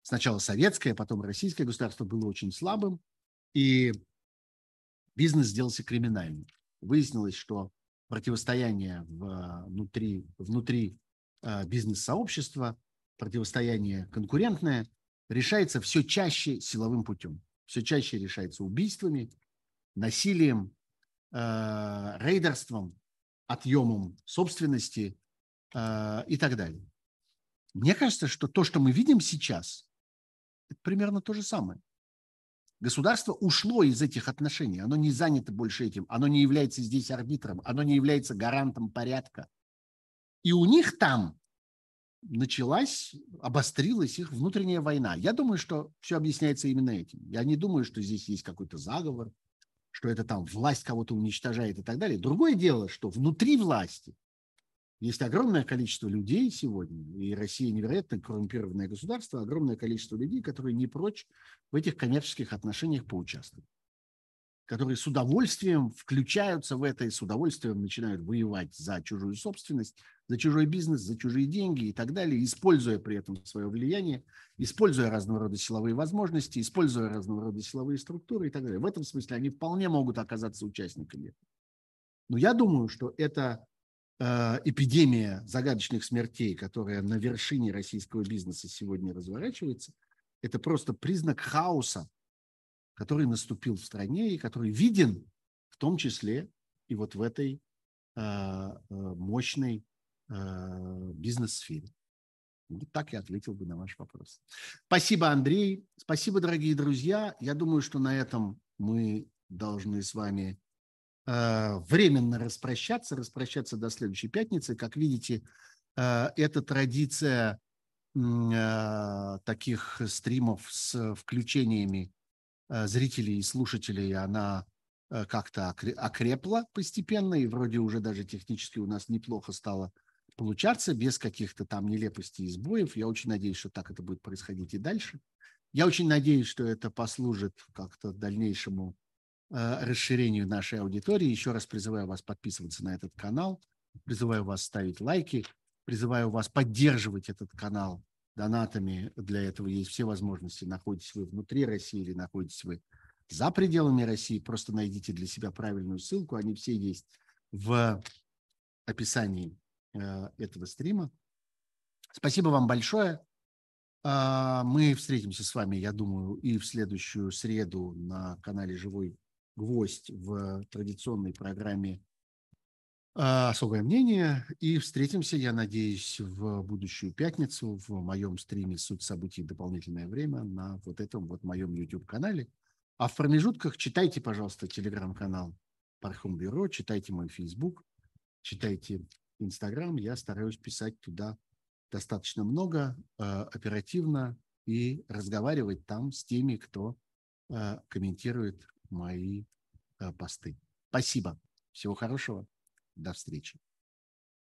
сначала советское, потом российское государство было очень слабым, и бизнес сделался криминальным. Выяснилось, что противостояние внутри, внутри бизнес-сообщества, противостояние конкурентное решается все чаще силовым путем. Все чаще решается убийствами, насилием, э, рейдерством, отъемом собственности э, и так далее. Мне кажется, что то, что мы видим сейчас, это примерно то же самое. Государство ушло из этих отношений, оно не занято больше этим, оно не является здесь арбитром, оно не является гарантом порядка. И у них там началась, обострилась их внутренняя война. Я думаю, что все объясняется именно этим. Я не думаю, что здесь есть какой-то заговор, что это там власть кого-то уничтожает и так далее. Другое дело, что внутри власти есть огромное количество людей сегодня, и Россия невероятно коррумпированное государство, огромное количество людей, которые не прочь в этих коммерческих отношениях поучаствовать, которые с удовольствием включаются в это и с удовольствием начинают воевать за чужую собственность, за чужой бизнес, за чужие деньги и так далее, используя при этом свое влияние, используя разного рода силовые возможности, используя разного рода силовые структуры и так далее. В этом смысле они вполне могут оказаться участниками. Но я думаю, что это э, эпидемия загадочных смертей, которая на вершине российского бизнеса сегодня разворачивается, это просто признак хаоса, который наступил в стране и который виден в том числе и вот в этой э, мощной э, бизнес-сфере. Вот так я ответил бы на ваш вопрос. Спасибо, Андрей. Спасибо, дорогие друзья. Я думаю, что на этом мы должны с вами э, временно распрощаться, распрощаться до следующей пятницы. Как видите, э, эта традиция э, таких стримов с включениями зрителей и слушателей, она как-то окрепла постепенно, и вроде уже даже технически у нас неплохо стало получаться, без каких-то там нелепостей и сбоев. Я очень надеюсь, что так это будет происходить и дальше. Я очень надеюсь, что это послужит как-то дальнейшему э, расширению нашей аудитории. Еще раз призываю вас подписываться на этот канал, призываю вас ставить лайки, призываю вас поддерживать этот канал донатами. Для этого есть все возможности. Находитесь вы внутри России или находитесь вы за пределами России, просто найдите для себя правильную ссылку. Они все есть в описании э, этого стрима. Спасибо вам большое. Э, мы встретимся с вами, я думаю, и в следующую среду на канале «Живой гвоздь» в традиционной программе «Особое мнение». И встретимся, я надеюсь, в будущую пятницу в моем стриме «Суть событий. Дополнительное время» на вот этом вот моем YouTube-канале. А в промежутках читайте, пожалуйста, телеграм-канал Пархом Бюро, читайте мой Facebook, читайте Instagram. Я стараюсь писать туда достаточно много, э, оперативно и разговаривать там с теми, кто э, комментирует мои э, посты. Спасибо. Всего хорошего. До встречи.